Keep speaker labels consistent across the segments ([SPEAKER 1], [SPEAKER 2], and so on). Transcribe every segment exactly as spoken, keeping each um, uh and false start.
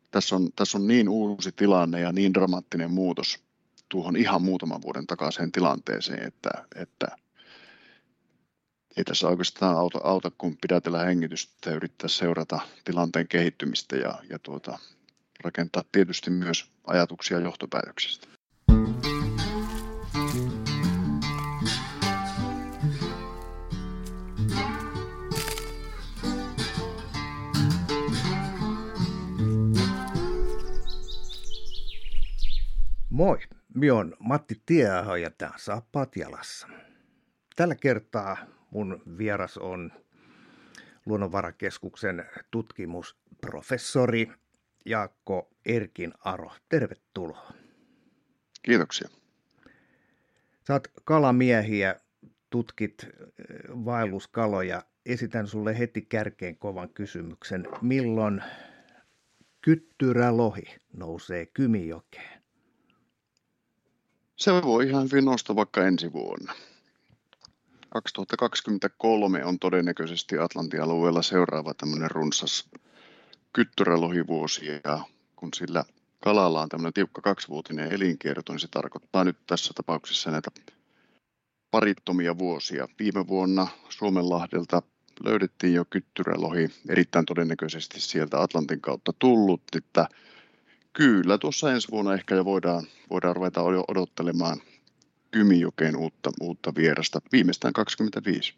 [SPEAKER 1] tässä on, tässä on niin uusi tilanne ja niin dramaattinen muutos tuohon ihan muutaman vuoden takaiseen tilanteeseen, että, että ei tässä oikeastaan auta, auta kun pidätellä hengitystä ja yrittää seurata tilanteen kehittymistä ja, ja tuota, rakentaa tietysti myös ajatuksia johtopäätöksistä.
[SPEAKER 2] Moi, minä olen Matti Tieaho ja tämä on Saappaat jalassa. Tällä kertaa mun vieras on Luonnonvarakeskuksen tutkimusprofessori Jaakko Erkin-Aro. Tervetuloa.
[SPEAKER 1] Kiitoksia.
[SPEAKER 2] Sä oot kalamiehiä, tutkit vaelluskaloja. Esitän sulle heti kärkeen kovan kysymyksen. Milloin kyttyrälohi nousee Kymijokeen?
[SPEAKER 1] Se voi ihan hyvin nousta vaikka ensi vuonna. kaksituhattakaksikymmentäkolme on todennäköisesti Atlantin alueella seuraava tämmöinen runsas kyttyrälohivuosi, ja kun sillä kalalla on tämmöinen tiukka kaksivuotinen elinkierto, niin se tarkoittaa nyt tässä tapauksessa näitä parittomia vuosia. Viime vuonna Suomenlahdelta löydettiin jo kyttyrälohi, erittäin todennäköisesti sieltä Atlantin kautta tullut, että kyllä tuossa ensi vuonna ehkä jo voidaan, voidaan ruveta odottelemaan Kymijokeen uutta, uutta vierasta, viimeistään kaksikymmentäviisi.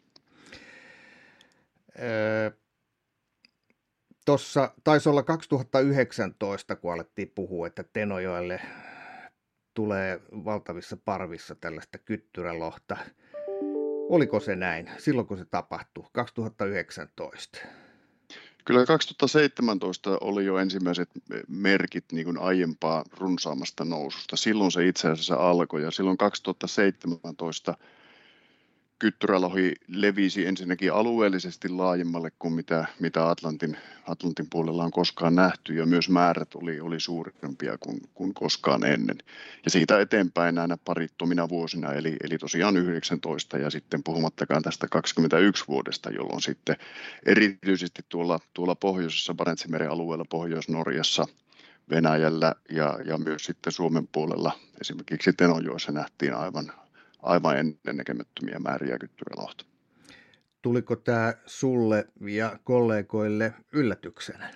[SPEAKER 2] Öö, Tuossa taisi olla kaksituhattayhdeksäntoista, kun alettiin puhua, että Tenojoelle tulee valtavissa parvissa tällaista kyttyrälohta. Oliko se näin? Silloinko se tapahtui? kaksituhattayhdeksäntoista.
[SPEAKER 1] Kyllä kaksituhattaseitsemäntoista oli jo ensimmäiset merkit niin kuin aiempaa runsaamasta noususta. Silloin se itse asiassa alkoi, ja silloin kaksituhattaseitsemäntoista kyttyrälohi levisi ensinnäkin alueellisesti laajemmalle kuin mitä, mitä Atlantin, Atlantin puolella on koskaan nähty, ja myös määrät oli, oli suurempia kuin, kuin koskaan ennen. Ja siitä eteenpäin näinä parittomina vuosina, eli, eli tosiaan yhdeksäntoista ja sitten puhumattakaan tästä kaksikymmentäyksi vuodesta, jolloin sitten erityisesti tuolla, tuolla pohjoisessa Barentsinmeren alueella, Pohjois-Norjassa, Venäjällä ja, ja myös sitten Suomen puolella, esimerkiksi Tenojoessa nähtiin aivan aivan ennennäkemättömiä määriä kyttyrälohta.
[SPEAKER 2] Tuliko tämä sulle ja kollegoille yllätyksenä?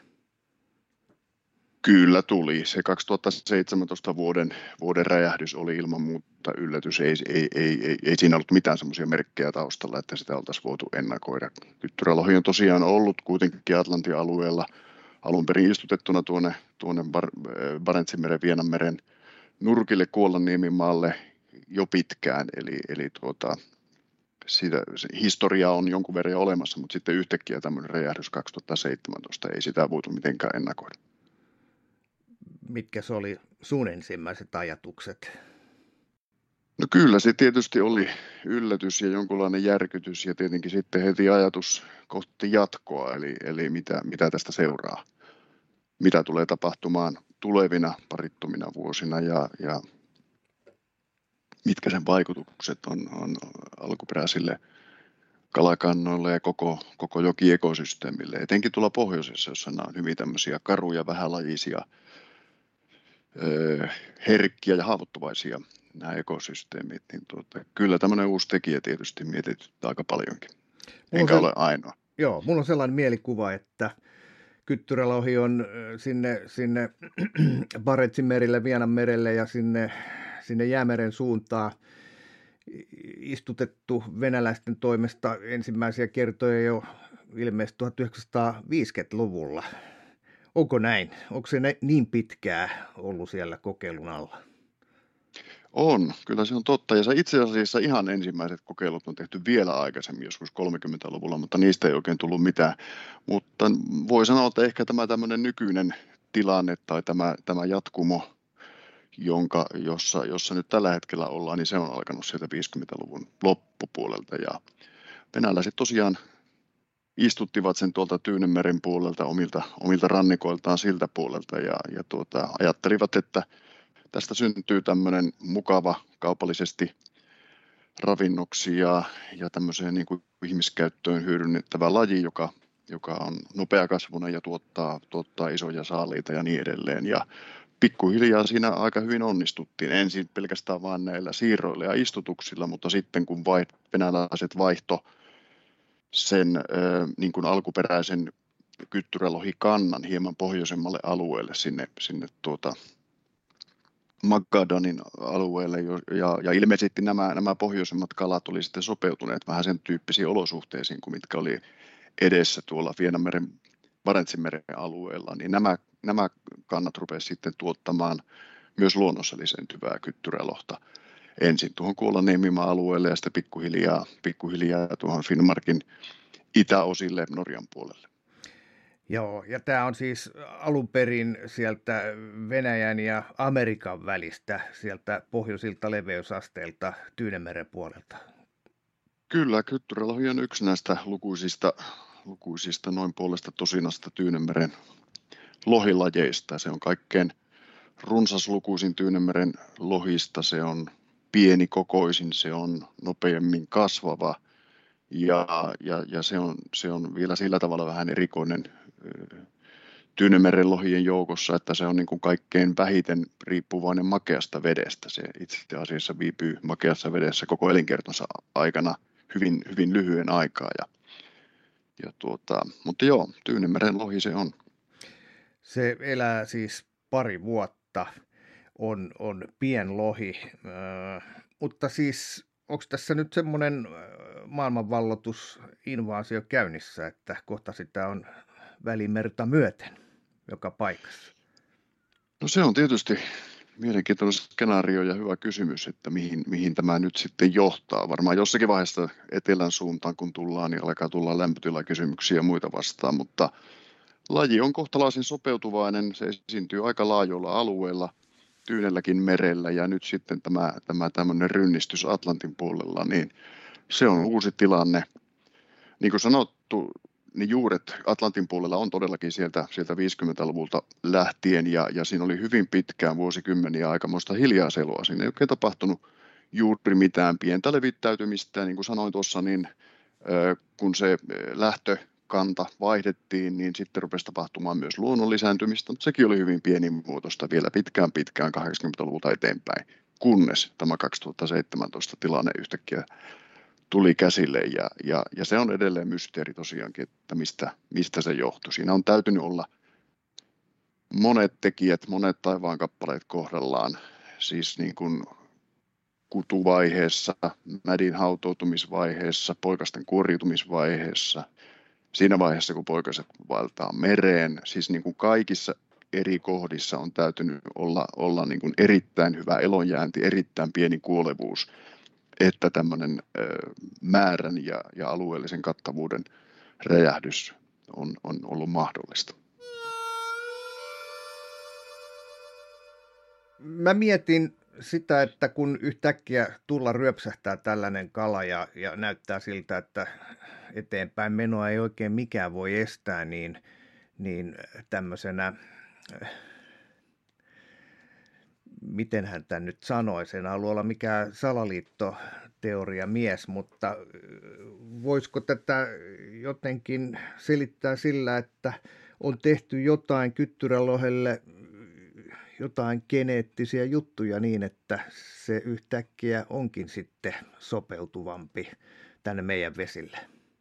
[SPEAKER 1] Kyllä tuli. Se kaksituhattaseitsemäntoista vuoden, vuoden räjähdys oli ilman muuta yllätys. Ei, ei, ei, ei, ei siinä ollut mitään semmoisia merkkejä taustalla, että sitä oltaisiin voitu ennakoida. Kyttyrälohi on tosiaan ollut kuitenkin Atlantin alueella alun perin istutettuna tuonne, tuonne Bar- Barentsinmeren, Vienanmeren nurkille Kuollaniemimaalle jo pitkään, eli, eli tuota, siitä, historia on jonkun verran olemassa, mutta sitten yhtäkkiä tämmöinen räjähdys kaksituhattaseitsemäntoista, ei sitä voitu mitenkään ennakoida.
[SPEAKER 2] Mitkä se oli sun ensimmäiset ajatukset?
[SPEAKER 1] No kyllä se tietysti oli yllätys ja jonkunlainen järkytys, ja tietenkin sitten heti ajatus kohti jatkoa, eli, eli mitä, mitä tästä seuraa, mitä tulee tapahtumaan tulevina parittomina vuosina, ja, ja mitkä sen vaikutukset on, on alkuperäisille kalakannoille ja koko, koko jokiekosysteemille, etenkin tuolla pohjoisessa, jossa nämä on hyvin tämmöisiä karuja, vähälajisia, öö, herkkiä ja haavoittuvaisia nämä ekosysteemit, niin tuota, kyllä tämmöinen uusi tekijä tietysti mietityttää aika paljonkin, enkä ole ainoa.
[SPEAKER 2] Joo, mulla on sellainen mielikuva, että kyttyrälohi on sinne, sinne Barentsinmerille, Vienanmerelle ja sinne sinne Jäämeren suuntaan istutettu venäläisten toimesta ensimmäisiä kertoja jo ilmeisesti tuhatyhdeksänsataaviisikymmentäluvulla. Onko näin? Onko se niin pitkää ollut siellä kokeilun alla?
[SPEAKER 1] On, kyllä se on totta. Ja se itse asiassa ihan ensimmäiset kokeilut on tehty vielä aikaisemmin, joskus kolmekymmentäluvulla, mutta niistä ei oikein tullut mitään. Mutta voi sanoa, että ehkä tämä tämmöinen nykyinen tilanne tai tämä, tämä jatkumo, jonka, jossa, jossa nyt tällä hetkellä ollaan, niin se on alkanut sieltä viisikymmentäluvun loppupuolelta. Ja venäläiset tosiaan istuttivat sen tuolta Tyynenmeren puolelta omilta, omilta rannikoiltaan siltä puolelta ja, ja tuota, ajattelivat, että tästä syntyy tämmöinen mukava kaupallisesti ravinnoksi ja, ja tämmöiseen niin kuin ihmiskäyttöön hyödynnettävä laji, joka joka on nopeakasvuinen ja tuottaa, tuottaa isoja saaliita ja niin edelleen. Ja pikkuhiljaa siinä aika hyvin onnistuttiin. Ensin pelkästään vain näillä siirroilla ja istutuksilla, mutta sitten kun vai, venäläiset vaihto sen ö, niin kuin alkuperäisen kyttyrälohikannan hieman pohjoisemmalle alueelle sinne, sinne tuota Magadanin alueelle, ja, ja ilmeisesti nämä, nämä pohjoisemmat kalat oli sitten sopeutuneet vähän sen tyyppisiin olosuhteisiin kuin mitkä oli edessä tuolla Vienanmeren, Barentsinmeren alueella, niin nämä, nämä kannat rupesivat sitten tuottamaan myös luonnossa lisääntyvää kyttyrälohta ensin tuohon Kuolan-Niemimaan alueelle ja sitten pikkuhiljaa, pikkuhiljaa tuohon Finnmarkin itäosille Norjan puolelle.
[SPEAKER 2] Joo, ja tämä on siis alun perin sieltä Venäjän ja Amerikan välistä, sieltä pohjoisilta leveysasteilta Tyynenmeren puolelta.
[SPEAKER 1] Kyllä, kyttyrälohi on yksi näistä lukuisista, lukuisista noin puolesta tosinasta Tyynenmeren lohilajeista. Se on kaikkein runsaslukuisin Tyynenmeren lohista, se on pienikokoisin, se on nopeammin kasvava ja, ja, ja se, on, se on vielä sillä tavalla vähän erikoinen Tyynenmeren lohien joukossa, että se on niin kuin kaikkein vähiten riippuvainen makeasta vedestä. Se itse asiassa viipyy makeassa vedessä koko elinkertonsa aikana hyvin, hyvin lyhyen aikaa. Ja, ja tuota, mutta joo, Tyynenmeren lohi se on.
[SPEAKER 2] Se elää siis pari vuotta, on, on pienlohi, äh, mutta siis onko tässä nyt semmoinen maailmanvalloitusinvaasio käynnissä, että kohta sitä on Välimerta myöten joka paikassa?
[SPEAKER 1] No se on tietysti mielenkiintoinen skenaario ja hyvä kysymys, että mihin, mihin tämä nyt sitten johtaa. Varmaan jossakin vaiheessa etelän suuntaan, kun tullaan, niin alkaa tulla lämpötilakysymyksiä ja muita vastaan, mutta laji on kohtalaisen sopeutuvainen, se esiintyy aika laajoilla alueilla, Tyynelläkin merellä, ja nyt sitten tämä, tämä tämmöinen rynnistys Atlantin puolella, niin se on uusi tilanne. Niin kuin sanottu, niin juuret Atlantin puolella on todellakin sieltä, sieltä viisikymmentäluvulta lähtien, ja, ja siinä oli hyvin pitkään vuosikymmeniä aikamoista hiljaiselua. Siinä ei oikein tapahtunut juuri mitään pientä levittäytymistä, niin kuin sanoin tuossa, niin kun se lähtökanta vaihdettiin, niin sitten rupesi tapahtumaan myös luonnon lisääntymistä, mutta sekin oli hyvin pienimuotoista vielä pitkään pitkään kahdeksankymmentäluvulta eteenpäin, kunnes tämä kaksituhattaseitsemäntoista tilanne yhtäkkiä tuli käsille, ja, ja, ja se on edelleen mysteeri tosiaankin, että mistä, mistä se johtui. Siinä on täytynyt olla monet tekijät, monet taivaan kappaleet kohdallaan, siis niin kuin kutuvaiheessa, mädin hautoutumisvaiheessa, poikasten kuoriutumisvaiheessa, siinä vaiheessa, kun poikaset vaeltaa mereen, siis niin kuin kaikissa eri kohdissa on täytynyt olla, olla niin kuin erittäin hyvä elonjäänti, erittäin pieni kuolevuus, että tämmöinen määrän ja, ja alueellisen kattavuuden räjähdys on, on ollut mahdollista.
[SPEAKER 2] Mä mietin sitä, että kun yhtäkkiä tulla ryöpsähtää tällainen kala ja, ja näyttää siltä, että eteenpäin menoa ei oikein mikään voi estää, niin, niin tämmöisenä, miten hän tämän nyt sanoisi, en halua olla mikään salaliittoteoria mies, mutta voisiko tätä jotenkin selittää sillä, että on tehty jotain kyttyrälohelle, jotain geneettisiä juttuja niin, että se yhtäkkiä onkin sitten sopeutuvampi tänne meidän vesille?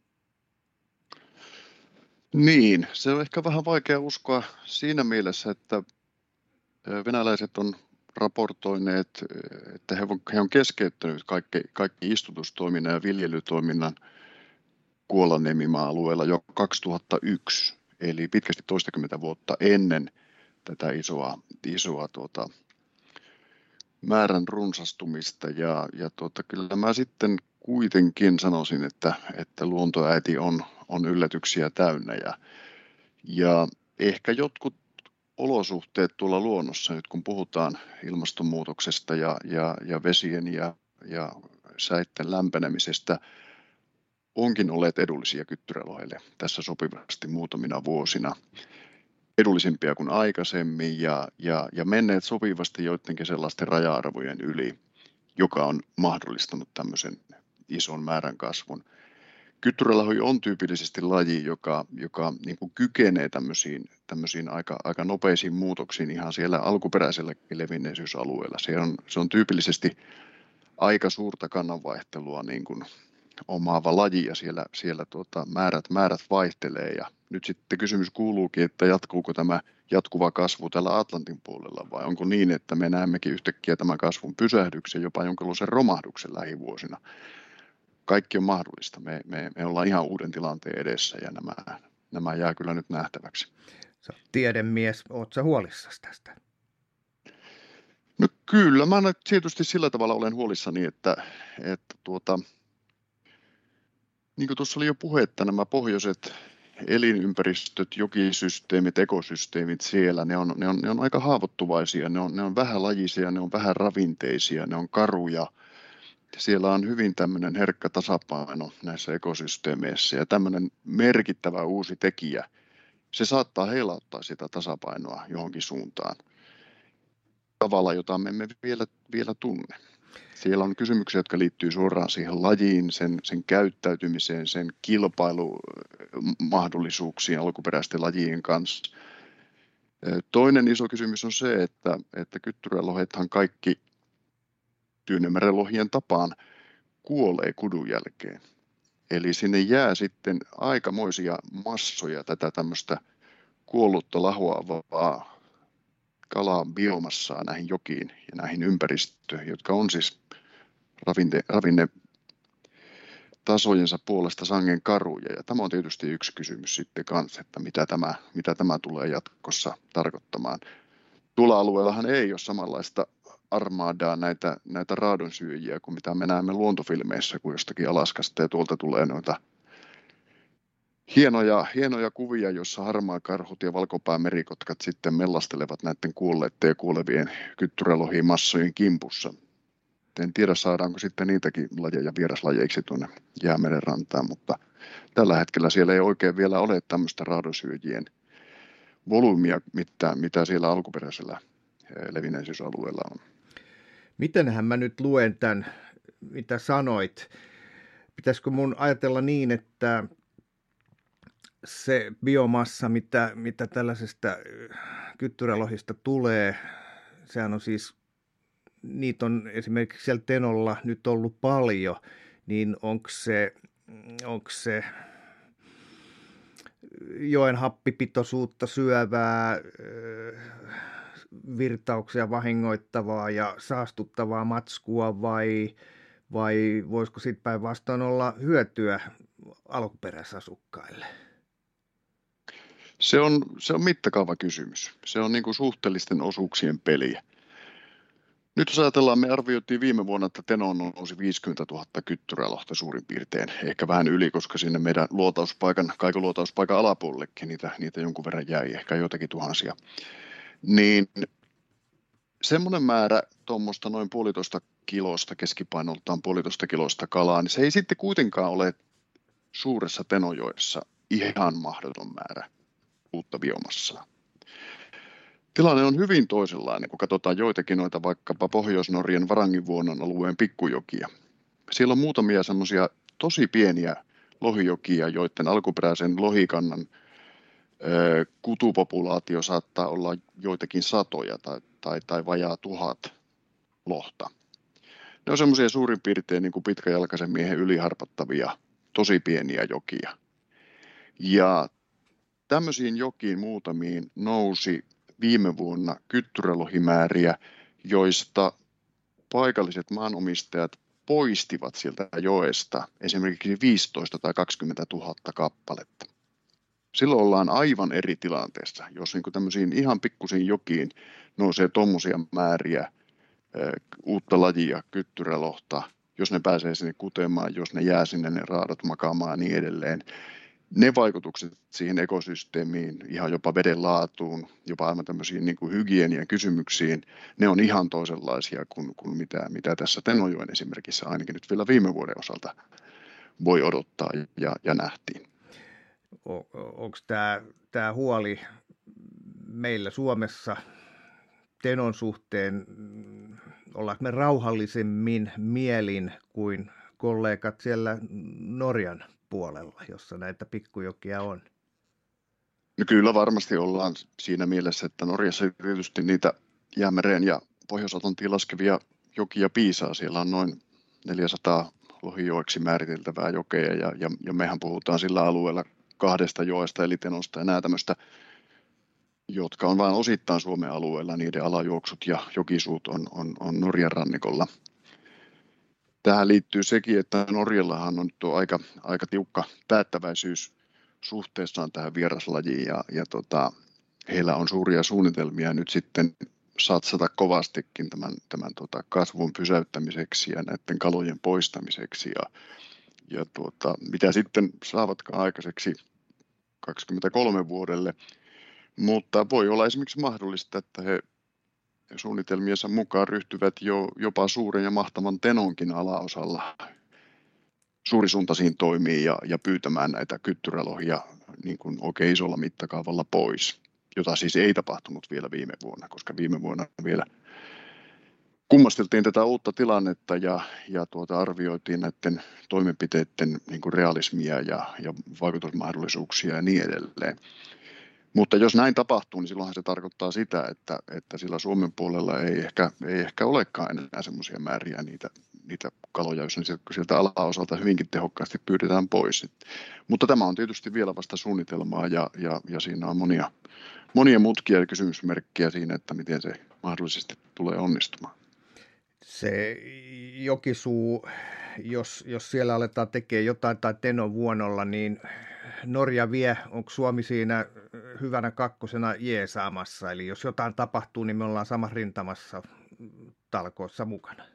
[SPEAKER 1] Niin, se on ehkä vähän vaikea uskoa siinä mielessä, että venäläiset on raportoineet, että he on, he on keskeyttänyt kaikki, kaikki istutustoiminnan ja viljelytoiminnan Kuolan-Niemimaan alueella jo kaksituhattayksi, eli pitkästi toistakymmentä vuotta ennen tätä isoa, isoa tuota, määrän runsastumista. Ja, ja tuota, kyllä mä sitten kuitenkin sanoisin, että, että luontoäiti on, on yllätyksiä täynnä. Ja, ja ehkä jotkut olosuhteet tuolla luonnossa, nyt kun puhutaan ilmastonmuutoksesta ja, ja, ja vesien ja, ja säitten lämpenemisestä, onkin olleet edullisia kyttyrälohelle tässä sopivasti muutamina vuosina. Edullisimpia kuin aikaisemmin ja, ja, ja menneet sopivasti joidenkin sellaisten raja-arvojen yli, joka on mahdollistanut tämmöisen ison määrän kasvun. Kyttyrälohi on tyypillisesti laji, joka, joka niin kuin kykenee tämmöisiin, tämmöisiin aika, aika nopeisiin muutoksiin ihan siellä alkuperäisellä levinneisyysalueella. Se on, se on tyypillisesti aika suurta kannanvaihtelua niin kuin omaava laji ja siellä, siellä tuota, määrät, määrät vaihtelee. Ja nyt sitten kysymys kuuluukin, että jatkuuko tämä jatkuva kasvu tällä Atlantin puolella vai onko niin, että me näemmekin yhtäkkiä tämän kasvun pysähdyksen, jopa jonkinlaisen romahduksen lähivuosina. Kaikki on mahdollista. Me, me, me ollaan ihan uuden tilanteen edessä ja nämä, nämä jää kyllä nyt nähtäväksi.
[SPEAKER 2] Sä oot tiedemies. Oot sä huolissasi tästä?
[SPEAKER 1] No kyllä, mä tietysti sillä tavalla olen huolissani, että, että tuota, niin kuin tuossa oli jo puhetta, nämä pohjoiset elinympäristöt, jokisysteemit, ekosysteemit siellä, ne on, ne on, ne on aika haavoittuvaisia, ne on, ne on vähälajisia, ne on vähän ravinteisia, ne on karuja. Siellä on hyvin tämmöinen herkkä tasapaino näissä ekosysteemeissä ja tämmöinen merkittävä uusi tekijä, se saattaa heilauttaa sitä tasapainoa johonkin suuntaan tavalla, jota me emme vielä, vielä tunne. Siellä on kysymyksiä, jotka liittyy suoraan siihen lajiin, sen, sen käyttäytymiseen, sen kilpailumahdollisuuksiin alkuperäisten lajien kanssa. Toinen iso kysymys on se, että, että kyttyrälohethan kaikki Tyynemeren lohien tapaan kuolee kudun jälkeen. Eli sinne jää sitten aikamoisia massoja tätä tämmöistä kuollutta lahoavaa kalaa biomassaa näihin jokiin ja näihin ympäristöihin, jotka on siis ravinne, ravinne tasojensa puolesta sangen karuja. Ja tämä on tietysti yksi kysymys sitten kanssa, että mitä tämä, mitä tämä tulee jatkossa tarkoittamaan. Tuolla alueellahan ei ole samanlaista armaadaa näitä, näitä raadonsyöjiä kuin mitä me näemme luontofilmeissä, kun jostakin Alaskasta ja tuolta tulee noita hienoja, hienoja kuvia, joissa harmaakarhut ja valkopäämerikotkat sitten mellastelevat näiden kuolleiden ja kuolevien kyttyrälohimassojen kimpussa. En tiedä, saadaanko sitten niitäkin lajeja vieraslajeiksi tuonne Jäämeren rantaan, mutta tällä hetkellä siellä ei oikein vielä ole tämmöistä raadonsyöjien volyymia, mitä, mitä siellä alkuperäisellä levinneisyysalueella on.
[SPEAKER 2] Mitenhän mä nyt luen tämän, mitä sanoit? Pitäisikö mun ajatella niin, että se biomassa, mitä, mitä tällaisesta kyttyrälohista tulee, sehän on siis, niitä on esimerkiksi siellä Tenolla nyt ollut paljon, niin onko se, onko se joen happipitoisuutta syövää, virtauksia vahingoittavaa ja saastuttavaa matskua vai, vai voisiko sitten päinvastoin olla hyötyä alkuperäisasukkaille?
[SPEAKER 1] Se on, se on mittakaavakysymys. Se on niin kuin suhteellisten osuuksien peliä. Nyt jos ajatellaan, me arvioitiin viime vuonna, että Tenoon nousi viisikymmentätuhatta kyttyrälohta suurin piirtein, ehkä vähän yli, koska sinne meidän luotauspaikan, kaikuluotauspaikan alapuolellekin niitä, niitä jonkun verran jäi, ehkä jotakin tuhansia. Niin semmoinen määrä tuommoista noin puolitoista kilosta, keskipainoltaan puolitoista kilosta kalaa, niin se ei sitten kuitenkaan ole suuressa Tenojoessa ihan mahdoton määrä uutta biomassaa. Tilanne on hyvin toisenlainen, kun katsotaan joitakin noita vaikkapa Pohjois-Norjan Varangivuonon alueen pikkujokia. Siellä on muutamia semmoisia tosi pieniä lohijokia, joiden alkuperäisen lohikannan ö, kutupopulaatio saattaa olla joitakin satoja tai, tai, tai vajaa tuhat lohta. Ne on semmoisia suurin piirtein niin kuin pitkäjalkaisen miehen yliharpattavia, tosi pieniä jokia. Ja tämmöisiin jokiin muutamiin nousi viime vuonna kyttyrälohimääriä, joista paikalliset maanomistajat poistivat sieltä joesta esimerkiksi viisitoista tai kaksikymmentätuhatta kappaletta. Silloin ollaan aivan eri tilanteessa, jos niin kuin tämmöisiin ihan pikkusiin jokiin nousee tuommoisia määriä uutta lajia, kyttyrälohta, jos ne pääsee sinne kutemaan, jos ne jää sinne ne raadot makaamaan ja niin edelleen. Ne vaikutukset siihen ekosysteemiin, ihan jopa veden laatuun, jopa aivan tämmöisiin niin kuin hygienian kysymyksiin, ne on ihan toisenlaisia kuin, kuin mitä, mitä tässä Tenojoen esimerkissä ainakin nyt vielä viime vuoden osalta voi odottaa ja, ja nähtiin.
[SPEAKER 2] Onko tämä, tämä huoli meillä Suomessa Tenon suhteen, ollaanko me rauhallisemmin mielin kuin kollegat siellä Norjan puolella, jossa näitä pikkujokia on?
[SPEAKER 1] No kyllä varmasti ollaan siinä mielessä, että Norjassa tietysti niitä Jäämereen ja Pohjois-Atlantiin laskevia jokia piisaa. Siellä on noin neljäsataa lohijoeksi määriteltävää jokea ja, ja, ja mehän puhutaan sillä alueella kahdesta joesta eli Tenosta ja Näätämöstä, jotka on vain osittain Suomen alueella. Niiden alajuoksut ja jokisuut on, on, on Norjan rannikolla. Tähän liittyy sekin, että Norjallahan on tuo aika, aika tiukka päättäväisyys suhteessaan tähän vieraslajiin ja, ja tota, heillä on suuria suunnitelmia nyt sitten satsata kovastikin tämän, tämän tota kasvun pysäyttämiseksi ja näiden kalojen poistamiseksi ja, ja tuota, mitä sitten saavatkaan aikaiseksi kaksikymmentäkolme vuodelle, mutta voi olla esimerkiksi mahdollista, että he suunnitelmiensa mukaan ryhtyvät jo jopa suuren ja mahtavan Tenonkin alaosalla suurisuuntaisiin toimiin ja, ja pyytämään näitä kyttyrälohia niin kuin oikein isolla mittakaavalla pois, jota siis ei tapahtunut vielä viime vuonna, koska viime vuonna vielä kummasteltiin tätä uutta tilannetta ja, ja tuota arvioitiin näiden toimenpiteiden niin kuin realismia ja, ja vaikutusmahdollisuuksia ja niin edelleen. Mutta jos näin tapahtuu, niin silloinhan se tarkoittaa sitä, että, että sillä Suomen puolella ei ehkä, ei ehkä olekaan enää semmoisia määriä niitä, niitä kaloja, jos ne sieltä alaosalta hyvinkin tehokkaasti pyydetään pois. Mutta tämä on tietysti vielä vasta suunnitelmaa ja, ja, ja siinä on monia, monia mutkia ja kysymysmerkkejä siinä, että miten se mahdollisesti tulee onnistumaan.
[SPEAKER 2] Se jokisuu, jos, jos siellä aletaan tekemään jotain tai Tenon vuonolla, niin Norja vie, onko Suomi siinä hyvänä kakkosena jeesaamassa? Eli jos jotain tapahtuu, niin me ollaan samassa rintamassa talkoissa mukana.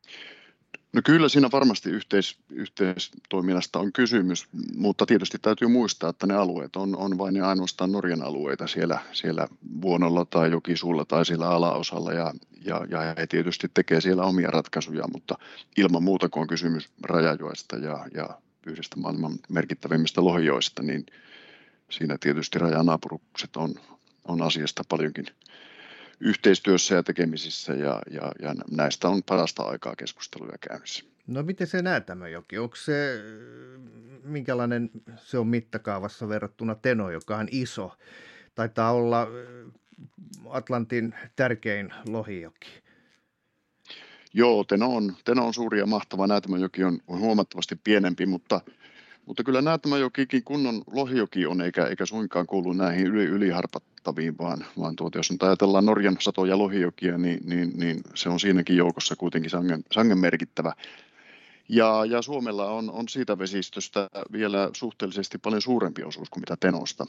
[SPEAKER 1] No kyllä siinä varmasti yhteis, yhteistoiminnasta on kysymys, mutta tietysti täytyy muistaa, että ne alueet on, on vain ja ainoastaan Norjan alueita siellä, siellä vuonolla tai jokisuulla tai siellä alaosalla ja, ja, ja he tietysti tekee siellä omia ratkaisuja, mutta ilman muuta kun on kysymys Rajajoesta ja, ja yhdestä maailman merkittävimmistä lohijoista, niin siinä tietysti rajanaapurukset on, on asiasta paljonkin yhteistyössä ja tekemisissä ja, ja, ja näistä on parasta aikaa keskusteluja käynnissä.
[SPEAKER 2] No miten se Näätämöjoki? Onko se, minkälainen se on mittakaavassa verrattuna Tenoon, joka on iso? Taitaa olla Atlantin tärkein lohijoki.
[SPEAKER 1] Joo, Teno on, Teno on suuri ja mahtava. Näätämöjoki on, on huomattavasti pienempi, mutta, mutta kyllä Näätämöjokikin kunnon lohijoki on, eikä, eikä suinkaan kuulu näihin yli, yliharpattaviin, vaan, vaan tuota, jos nyt ajatellaan Norjan satoja lohijokia, niin, niin, niin se on siinäkin joukossa kuitenkin sangen, sangen merkittävä. Ja, ja Suomella on, on siitä vesistöstä vielä suhteellisesti paljon suurempi osuus kuin mitä Tenosta.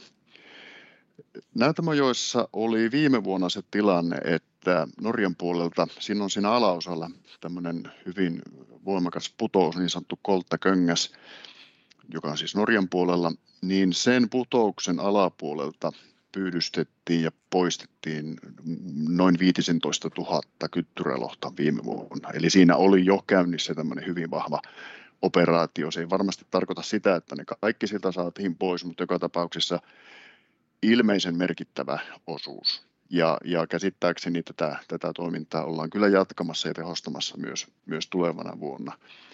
[SPEAKER 1] Näätämöjoessa oli viime vuonna se tilanne, että Norjan puolelta, siinä on siinä alaosalla tämmöinen hyvin voimakas putous, niin sanottu kolttaköngäs, joka on siis Norjan puolella, niin sen putouksen alapuolelta pyydystettiin ja poistettiin noin viisitoista tuhatta kyttyrälohta viime vuonna. Eli siinä oli jo käynnissä tämmöinen hyvin vahva operaatio. Se ei varmasti tarkoita sitä, että ne kaikki siltä saatiin pois, mutta joka tapauksessa ilmeisen merkittävä osuus. Ja, ja käsittääkseni tätä, tätä toimintaa ollaan kyllä jatkamassa ja tehostamassa myös, myös tulevana vuonna.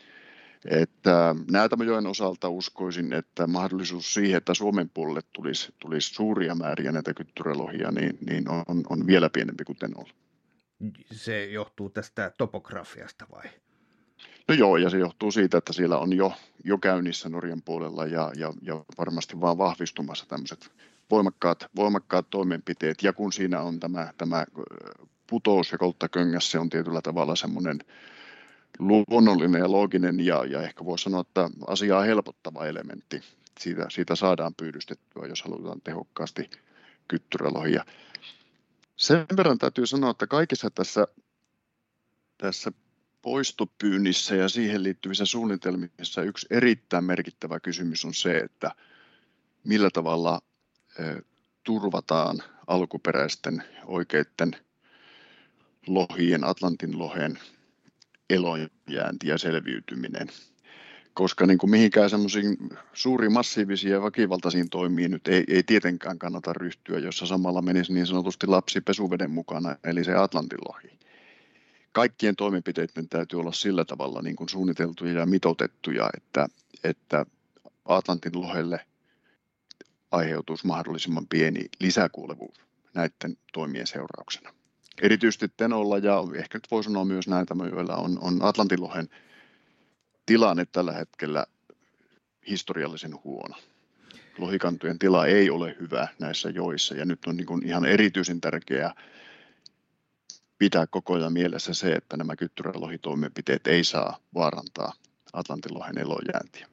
[SPEAKER 1] Että Näätämöjoen osalta uskoisin, että mahdollisuus siihen, että Suomen puolelle tulisi, tulisi suuria määriä näitä kyttyrälohia, niin, niin on, on vielä pienempi kuin Tenolla.
[SPEAKER 2] Se johtuu tästä topografiasta vai?
[SPEAKER 1] No joo, ja se johtuu siitä, että siellä on jo, jo käynnissä Norjan puolella ja, ja, ja varmasti vaan vahvistumassa tämmöiset voimakkaat, voimakkaat toimenpiteet. Ja kun siinä on tämä, tämä putous ja kolttaköngäs, se on tietyllä tavalla semmoinen luonnollinen ja looginen ja, ja ehkä voisi sanoa, että asiaa helpottava elementti. Siitä, siitä saadaan pyydystettyä, jos halutaan tehokkaasti kyttyrälohia. Sen verran täytyy sanoa, että kaikissa tässä, tässä poistopyynnissä ja siihen liittyvissä suunnitelmissa yksi erittäin merkittävä kysymys on se, että millä tavalla turvataan alkuperäisten oikeiden lohien, Atlantin lohen elonjäänti ja selviytyminen. Koska niin kuin mihinkään semmoisiin suuriin massiivisiin ja väkivaltaisiin toimiin nyt ei, ei tietenkään kannata ryhtyä, jossa samalla menisi niin sanotusti lapsi pesuveden mukana, eli se Atlantin lohi. Kaikkien toimenpiteiden täytyy olla sillä tavalla niin kuin suunniteltuja ja mitoitettuja, että, että Atlantin lohelle aiheutuisi mahdollisimman pieni lisäkuolevuus näiden toimien seurauksena. Erityisesti Tenolla ja ehkä nyt voi sanoa myös Näätämöjoella on, on Atlantin lohen tilanne tällä hetkellä historiallisen huono. Lohikantojen tila ei ole hyvä näissä joissa ja nyt on niin kuin ihan erityisen tärkeää pitää koko ajan mielessä se, että nämä kyttyrälohitoimenpiteet ei saa vaarantaa Atlantin lohen elojääntiä.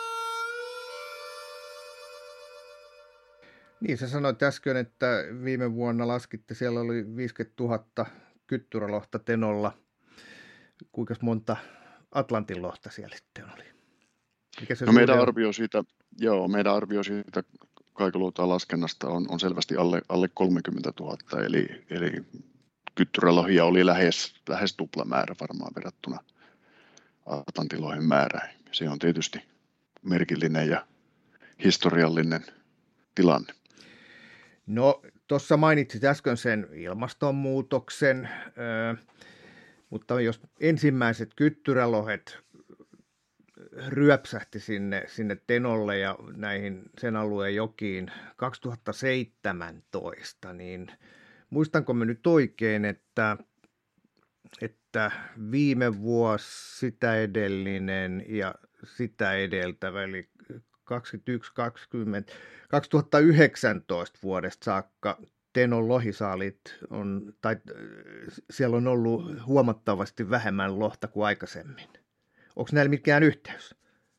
[SPEAKER 2] Niin, sä sanoit äsken, että viime vuonna laskitte, siellä oli viisikymmentätuhatta kyttyrälohta Tenolla. Kuinka monta Atlantin lohta siellä sitten oli? Mikä se
[SPEAKER 1] no meidän
[SPEAKER 2] on?
[SPEAKER 1] arvio siitä, joo, meidän arvio siitä kaikuluotaan laskennasta on, on selvästi alle, alle kolmekymmentätuhatta, eli, eli kyttyrälohia oli lähes, lähes tuplamäärä varmaan verrattuna Atlantin lohen määrään. Se on tietysti merkillinen ja historiallinen tilanne.
[SPEAKER 2] No, tuossa mainitsit äsken sen ilmastonmuutoksen, äh, mutta jos ensimmäiset kyttyrälohet ryöpsähti sinne, sinne Tenolle ja näihin sen alueen jokiin kaksituhattaseitsemäntoista, niin muistanko mä nyt oikein, että, että viime vuosi, sitä edellinen ja sitä edeltävä, eli kaksikymmentäyksi kaksikymmentä, kaksituhattayhdeksäntoista vuodesta saakka Tenon lohisaalit on, tai siellä on ollut huomattavasti vähemmän lohta kuin aikaisemmin. Onko näillä mikään yhteys?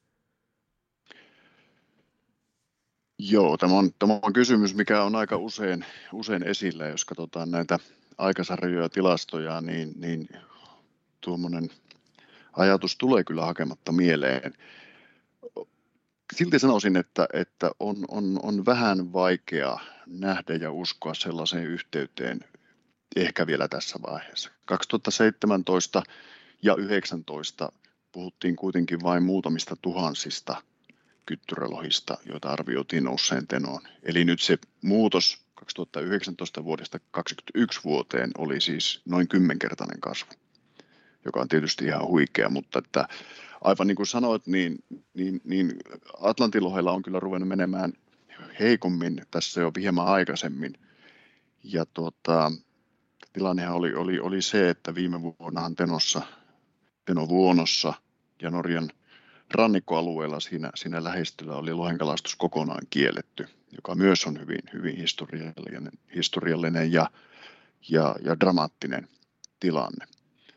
[SPEAKER 1] Joo, tämä on, tämä on kysymys, mikä on aika usein, usein esillä, jos katsotaan näitä aikasarjoja ja tilastoja, niin, niin tuommoinen ajatus tulee kyllä hakematta mieleen. Silti sanoisin, että, että on, on, on vähän vaikea nähdä ja uskoa sellaiseen yhteyteen ehkä vielä tässä vaiheessa. kaksituhattaseitsemäntoista ja yhdeksäntoista puhuttiin kuitenkin vain muutamista tuhansista kyttyrälohista, joita arvioitiin nousseen Tenoon. Eli nyt se muutos kaksituhattayhdeksäntoista vuodesta kaksituhattakaksikymmentäyksi vuoteen oli siis noin kymmenkertainen kasvu, joka on tietysti ihan huikea, mutta että aivan niin kuin sanoit, niin, niin, niin Atlantin lohella on kyllä ruvennut menemään heikommin tässä jo hieman aikaisemmin. Ja tuota, tilannehan oli, oli, oli se, että viime vuonnahan Tenossa, Tenovuonossa ja Norjan rannikkoalueella siinä, siinä lähistöllä oli lohenkalastus kokonaan kielletty, joka myös on hyvin, hyvin historiallinen, historiallinen ja, ja, ja dramaattinen tilanne.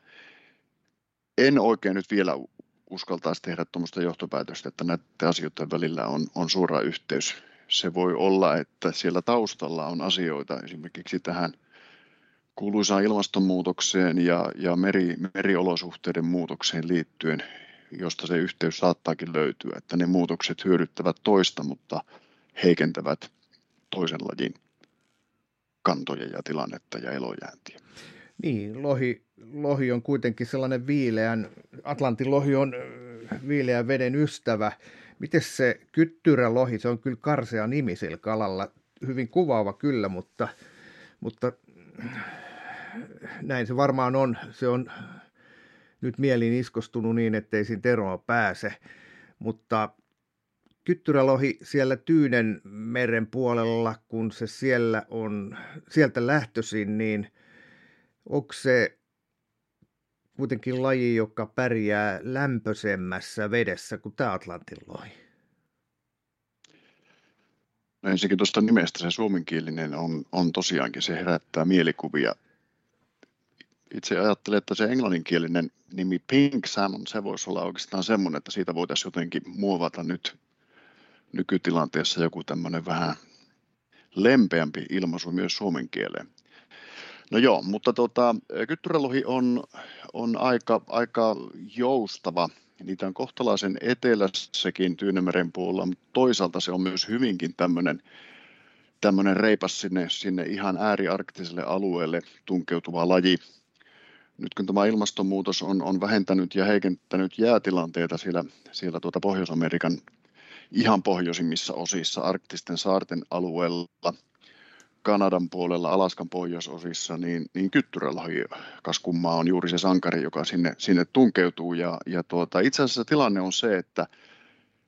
[SPEAKER 1] En oikein nyt vielä uskaltaisi tehdä tuommoista johtopäätöstä, että näiden asioiden välillä on, on suora yhteys. Se voi olla, että siellä taustalla on asioita esimerkiksi tähän kuuluisaan ilmastonmuutokseen ja, ja meri, meriolosuhteiden muutokseen liittyen, josta se yhteys saattaakin löytyä, että ne muutokset hyödyttävät toista, mutta heikentävät toisen lajin kantoja ja tilannetta ja elojääntiä.
[SPEAKER 2] Niin, lohi, lohi on kuitenkin sellainen viileän, Atlantin lohi on viileän veden ystävä. Miten se kyttyrälohi, se on kyllä karsea nimi sillä kalalla, hyvin kuvaava kyllä, mutta, mutta näin se varmaan on. Se on nyt mieliin iskostunut niin, ettei siinä eroa pääse, mutta kyttyrälohi siellä Tyynen meren puolella, kun se siellä on, sieltä lähtöisin, niin onko se kuitenkin laji, joka pärjää lämpöisemmässä vedessä kuin tämä Atlantin lohi?
[SPEAKER 1] No ensinnäkin tuosta nimestä se suomenkielinen on, on tosiaankin, se herättää mielikuvia. Itse ajattelen, että se englanninkielinen nimi Pink Salmon, se voisi olla oikeastaan semmoinen, että siitä voitaisiin jotenkin muovata nyt nykytilanteessa joku tämmöinen vähän lempeämpi ilmaisu myös suomen kieleen. No joo, mutta tota, kyttyrälohi on, on aika, aika joustava. Niitä on kohtalaisen etelässäkin Tyynemeren puolella, mutta toisaalta se on myös hyvinkin tämmöinen, tämmöinen reipas sinne, sinne ihan ääriarktiselle alueelle tunkeutuva laji. Nyt kun tämä ilmastonmuutos on, on vähentänyt ja heikentänyt jäätilanteita siellä, siellä tuota Pohjois-Amerikan ihan pohjoisimmissa osissa, arktisten saarten alueella, Kanadan puolella, Alaskan pohjoisosissa, niin, niin kyttyrälohi kas kummaa on juuri se sankari, joka sinne, sinne tunkeutuu. Ja, ja tuota, itse asiassa tilanne on se, että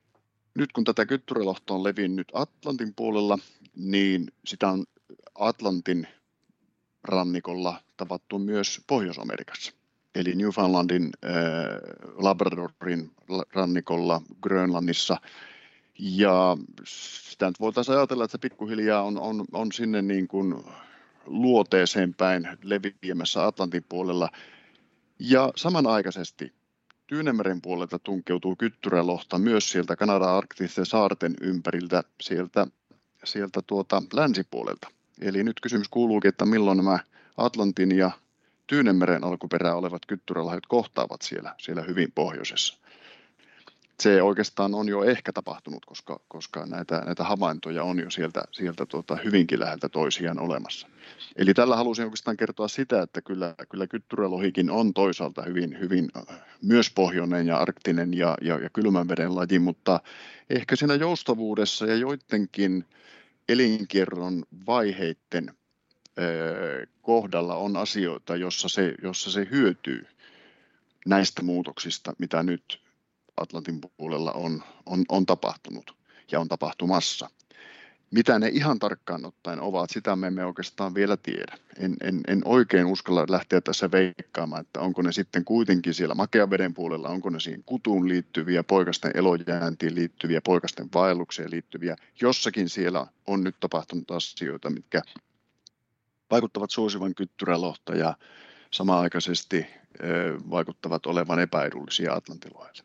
[SPEAKER 1] Nyt kun tätä kyttyrälohta on levinnyt Atlantin puolella, niin sitä on Atlantin rannikolla tavattu myös Pohjois-Amerikassa. Eli Newfoundlandin, äh, Labradorin rannikolla, Grönlannissa. Ja sitä nyt voitaisiin ajatella, että se pikkuhiljaa on, on, on sinne niin kuin luoteeseen päin leviämässä Atlantin puolella. Ja samanaikaisesti Tyynemeren puolelta tunkeutuu kyttyrälohta myös sieltä Kanadan arktisten saarten ympäriltä sieltä, sieltä tuota länsipuolelta. Eli nyt kysymys kuuluukin, että milloin nämä Atlantin ja Tyynemeren alkuperää olevat kyttyrälohet kohtaavat siellä, siellä hyvin pohjoisessa. Se oikeastaan on jo ehkä tapahtunut, koska, koska näitä, näitä havaintoja on jo sieltä, sieltä tuota hyvinkin läheltä toisiaan olemassa. Eli tällä halusin oikeastaan kertoa sitä, että kyllä, kyllä kyttyrälohikin on toisaalta hyvin, hyvin myös pohjoinen ja arktinen ja, ja, ja kylmän veden laji, mutta ehkä siinä joustavuudessa ja joidenkin elinkierron vaiheiden ö, kohdalla on asioita, jossa se, jossa se hyötyy näistä muutoksista, mitä nyt Atlantin puolella on, on, on tapahtunut ja on tapahtumassa. Mitä ne ihan tarkkaan ottaen ovat, sitä me emme oikeastaan vielä tiedä. En, en, en oikein uskalla lähteä tässä veikkaamaan, että onko ne sitten kuitenkin siellä makean veden puolella, onko ne siihen kutuun liittyviä, poikasten elojääntiin liittyviä, poikasten vaellukseen liittyviä. Jossakin siellä on nyt tapahtunut asioita, mitkä vaikuttavat suosivan kyttyrälohta ja samanaikaisesti e, vaikuttavat olevan epäedullisia atlantiloille.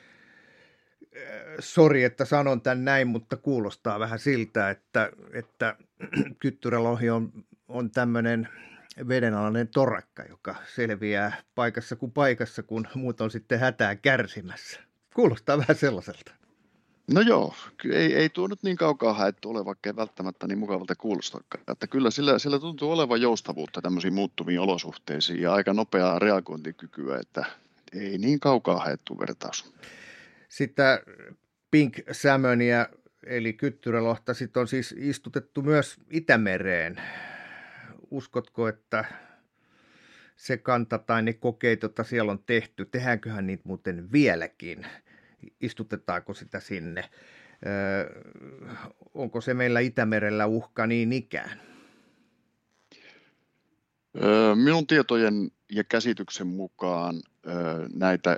[SPEAKER 2] Sori, että sanon tämän näin, mutta kuulostaa vähän siltä, että, että kyttyrälohi on, on tämmöinen vedenalainen torakka, joka selviää paikassa kuin paikassa, kun muut on sitten hätää kärsimässä. Kuulostaa vähän sellaiselta.
[SPEAKER 1] No joo, ei, ei tuo nyt niin kaukaa haettu ole, vaikka ei välttämättä niin mukavalta kuulostakaan. Että kyllä sillä, sillä tuntuu olevan joustavuutta tämmöisiin muuttuviin olosuhteisiin ja aika nopeaa reagointikykyä, että ei niin kaukaa haettu vertaus.
[SPEAKER 2] Sitä pink salmonia eli kyttyrälohta sit on siis istutettu myös Itämereen. Uskotko, että se kanta tai ne kokeet, joita siellä on tehty, tehdäänköhän niitä muuten vieläkin? Istutetaanko sitä sinne? Öö, onko se meillä Itämerellä uhka niin ikään?
[SPEAKER 1] Öö, minun tietojen ja käsityksen mukaan öö, näitä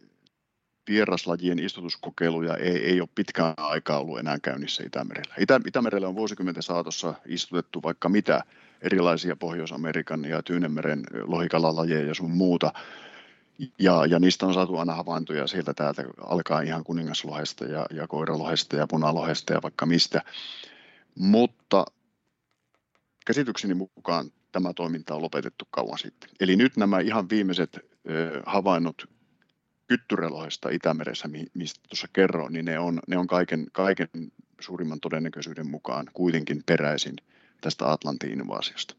[SPEAKER 1] vieraslajien istutuskokeiluja ei, ei ole pitkään aikaa ollut enää käynnissä Itämerellä. Itä, Itämerellä on vuosikymmenten saatossa istutettu vaikka mitä erilaisia Pohjois-Amerikan ja Tyynemeren lohikalalajia ja sun muuta. Ja, ja niistä on saatu aina havaintoja sieltä täältä alkaa ihan kuningaslohesta ja, ja koiralohesta ja punalohesta ja vaikka mistä. Mutta käsitykseni mukaan tämä toiminta on lopetettu kauan sitten. Eli nyt nämä ihan viimeiset ö, havainnot kyttyrälohesta Itämeressä, mistä tuossa kerroin, niin ne on, ne on kaiken, kaiken suurimman todennäköisyyden mukaan kuitenkin peräisin tästä Atlantin invaasiosta.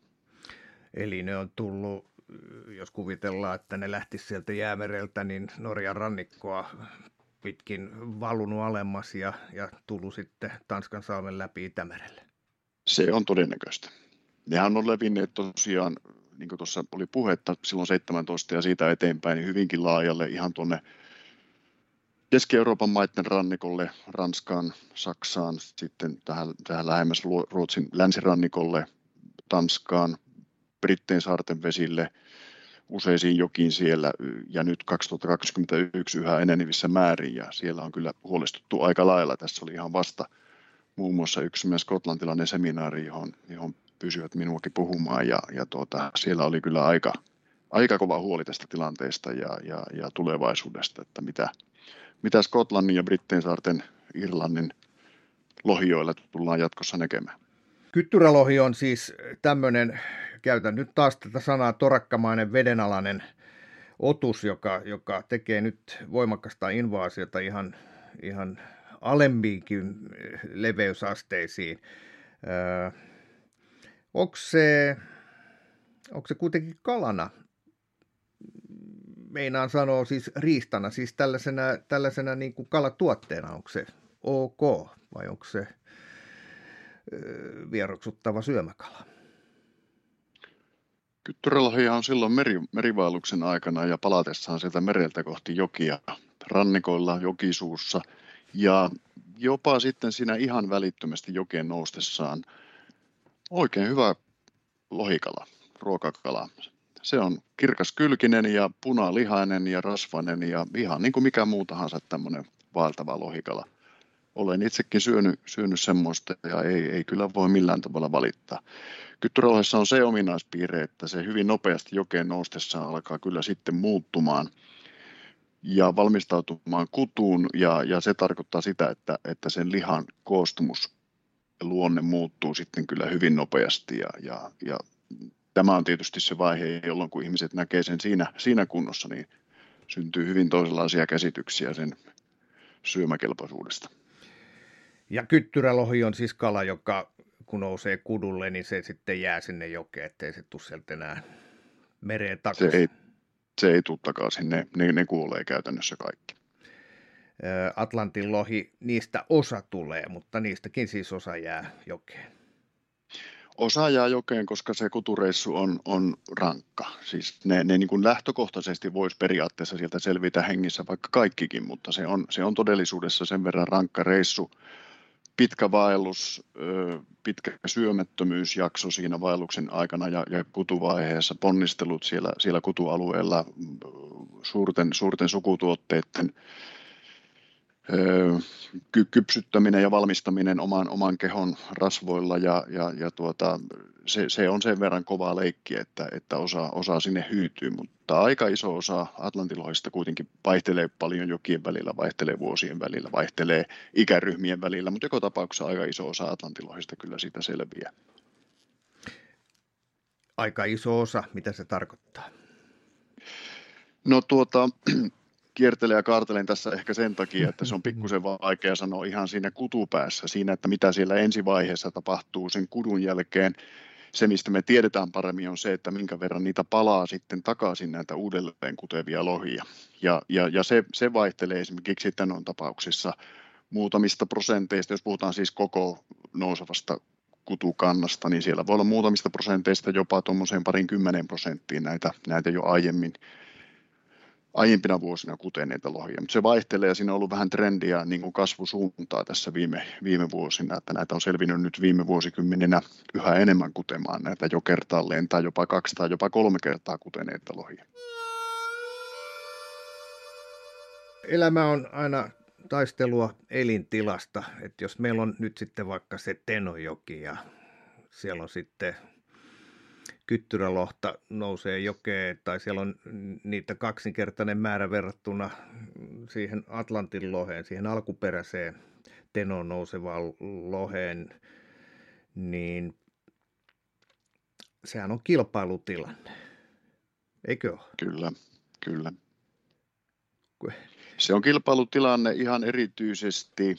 [SPEAKER 2] Eli ne on tullut, jos kuvitellaan, että ne lähtisivät sieltä Jäämereltä, niin Norjan rannikkoa pitkin valunut alemmas ja, ja tullut sitten Tanskan salmen läpi Itämerelle.
[SPEAKER 1] Se on todennäköistä. Nehän on levinneet tosiaan, niin kuin tuossa oli puhetta silloin seitsemäntoista ja siitä eteenpäin, niin hyvinkin laajalle ihan tuonne Keski-Euroopan maiden rannikolle, Ranskaan, Saksaan, sitten tähän, tähän lähemmäs Ruotsin länsirannikolle, Tanskaan, Brittein saarten vesille, useisiin jokiin siellä ja nyt kaksituhattakaksikymmentäyksi yhä enenevissä määrin ja siellä on kyllä huolestuttu aika lailla. Tässä oli ihan vasta muun muassa yksi myös skotlantilainen seminaari, johon, johon pysyvät minuakin puhumaan ja, ja tuota, siellä oli kyllä aika, aika kova huoli tästä tilanteesta ja, ja, ja tulevaisuudesta, että mitä, mitä Skotlannin ja Brittein saarten Irlannin lohioilla tullaan jatkossa näkemään.
[SPEAKER 2] Kyttyrälohi on siis tämmöinen, käytän nyt taas tätä sanaa, torakkamainen vedenalainen otus, joka, joka tekee nyt voimakasta invaasiota ihan, ihan alempiinkin leveysasteisiin. Öö, onko se, onko se kuitenkin kalana? Meinaan sanoa siis riistana, siis tällaisena, tällaisena niin kuin kalatuotteena, onko se ok vai onko se vieroksuttava syömäkala?
[SPEAKER 1] Kyttyrälohia on silloin meri, merivaelluksen aikana ja palatessaan sieltä mereltä kohti jokia rannikoilla, jokisuussa Ja jopa sitten siinä ihan välittömästi jokeen noustessaan oikein hyvä lohikala, ruokakala. Se on kirkaskylkinen ja punalihainen ja rasvainen ja ihan niin kuin mikä muu tahansa tämmöinen vaeltava lohikala. Olen itsekin syönyt, syönyt semmoista ja ei, ei kyllä voi millään tavalla valittaa. Kyttyrälohessa on se ominaispiirre, että se hyvin nopeasti jokeen noustessaan alkaa kyllä sitten muuttumaan ja valmistautumaan kutuun, ja, ja se tarkoittaa sitä, että, että sen lihan koostumus ja luonne muuttuu sitten kyllä hyvin nopeasti, ja, ja, ja tämä on tietysti se vaihe, jolloin kun ihmiset näkee sen siinä, siinä kunnossa, niin syntyy hyvin toisenlaisia käsityksiä sen syömäkelpoisuudesta.
[SPEAKER 2] Ja kyttyrälohi on siis kala, joka kun nousee kudulle, niin se sitten jää sinne jokeen, ettei se tule sieltä enää mereen takaisin.
[SPEAKER 1] Se ei, se ei tule takaisin, ne, ne, ne kuolee käytännössä kaikki.
[SPEAKER 2] Atlantin lohi, niistä osa tulee, mutta niistäkin siis osa jää jokeen.
[SPEAKER 1] Osa jää jokeen, koska se kutureissu on, on rankka. Siis ne, ne niin kuin lähtökohtaisesti voisi periaatteessa sieltä selvitä hengissä vaikka kaikkikin, mutta se on, se on todellisuudessa sen verran rankka reissu. Pitkä vaellus, pitkä syömättömyysjakso siinä vaelluksen aikana ja, ja kutuvaiheessa, ponnistelut siellä, siellä kutualueella, suurten, suurten sukutuotteiden ky- kypsyttäminen ja valmistaminen oman, oman kehon rasvoilla ja, ja, ja tuota, se, se on sen verran kovaa leikki, että, että osa, osa sinne hyytyy, mutta aika iso osa atlantilohista kuitenkin vaihtelee paljon jokien välillä, vaihtelee vuosien välillä, vaihtelee ikäryhmien välillä, mutta joka tapauksessa aika iso osa atlantilohista kyllä siitä selviää.
[SPEAKER 2] Aika iso osa, mitä se tarkoittaa?
[SPEAKER 1] No tuota... Kiertelen ja kaartelen tässä ehkä sen takia, että se on pikkusen vaikea sanoa ihan siinä kutupäässä, siinä, että mitä siellä ensivaiheessa tapahtuu sen kudun jälkeen. Se, mistä me tiedetään paremmin, on se, että minkä verran niitä palaa sitten takaisin näitä uudelleen kutevia lohia. Ja, ja, ja se, se vaihtelee esimerkiksi Tenon tapauksissa muutamista prosenteista, jos puhutaan siis koko nousevasta kutukannasta, niin siellä voi olla muutamista prosenteista jopa tuommoiseen parin kymmenen prosenttiin näitä, näitä jo aiemmin aiempina vuosina kuteneita lohia, mutta se vaihtelee ja siinä on ollut vähän trendiä niin kuin kasvusuuntaa tässä viime, viime vuosina, että näitä on selvinnyt nyt viime vuosikymmeninä yhä enemmän kutemaan näitä jo kertaalleen tai jopa kaksi tai jopa kolme kertaa kuteneita lohia.
[SPEAKER 2] Elämä on aina taistelua elintilasta, että jos meillä on nyt sitten vaikka se Tenojoki ja siellä on sitten kyttyrälohta nousee jokeen, tai siellä on niitä kaksinkertainen määrä verrattuna siihen Atlantin loheen, siihen alkuperäiseen Tenoon nousevaan loheen, niin sehän on kilpailutilanne, eikö ole?
[SPEAKER 1] Kyllä, kyllä. Se on kilpailutilanne ihan erityisesti.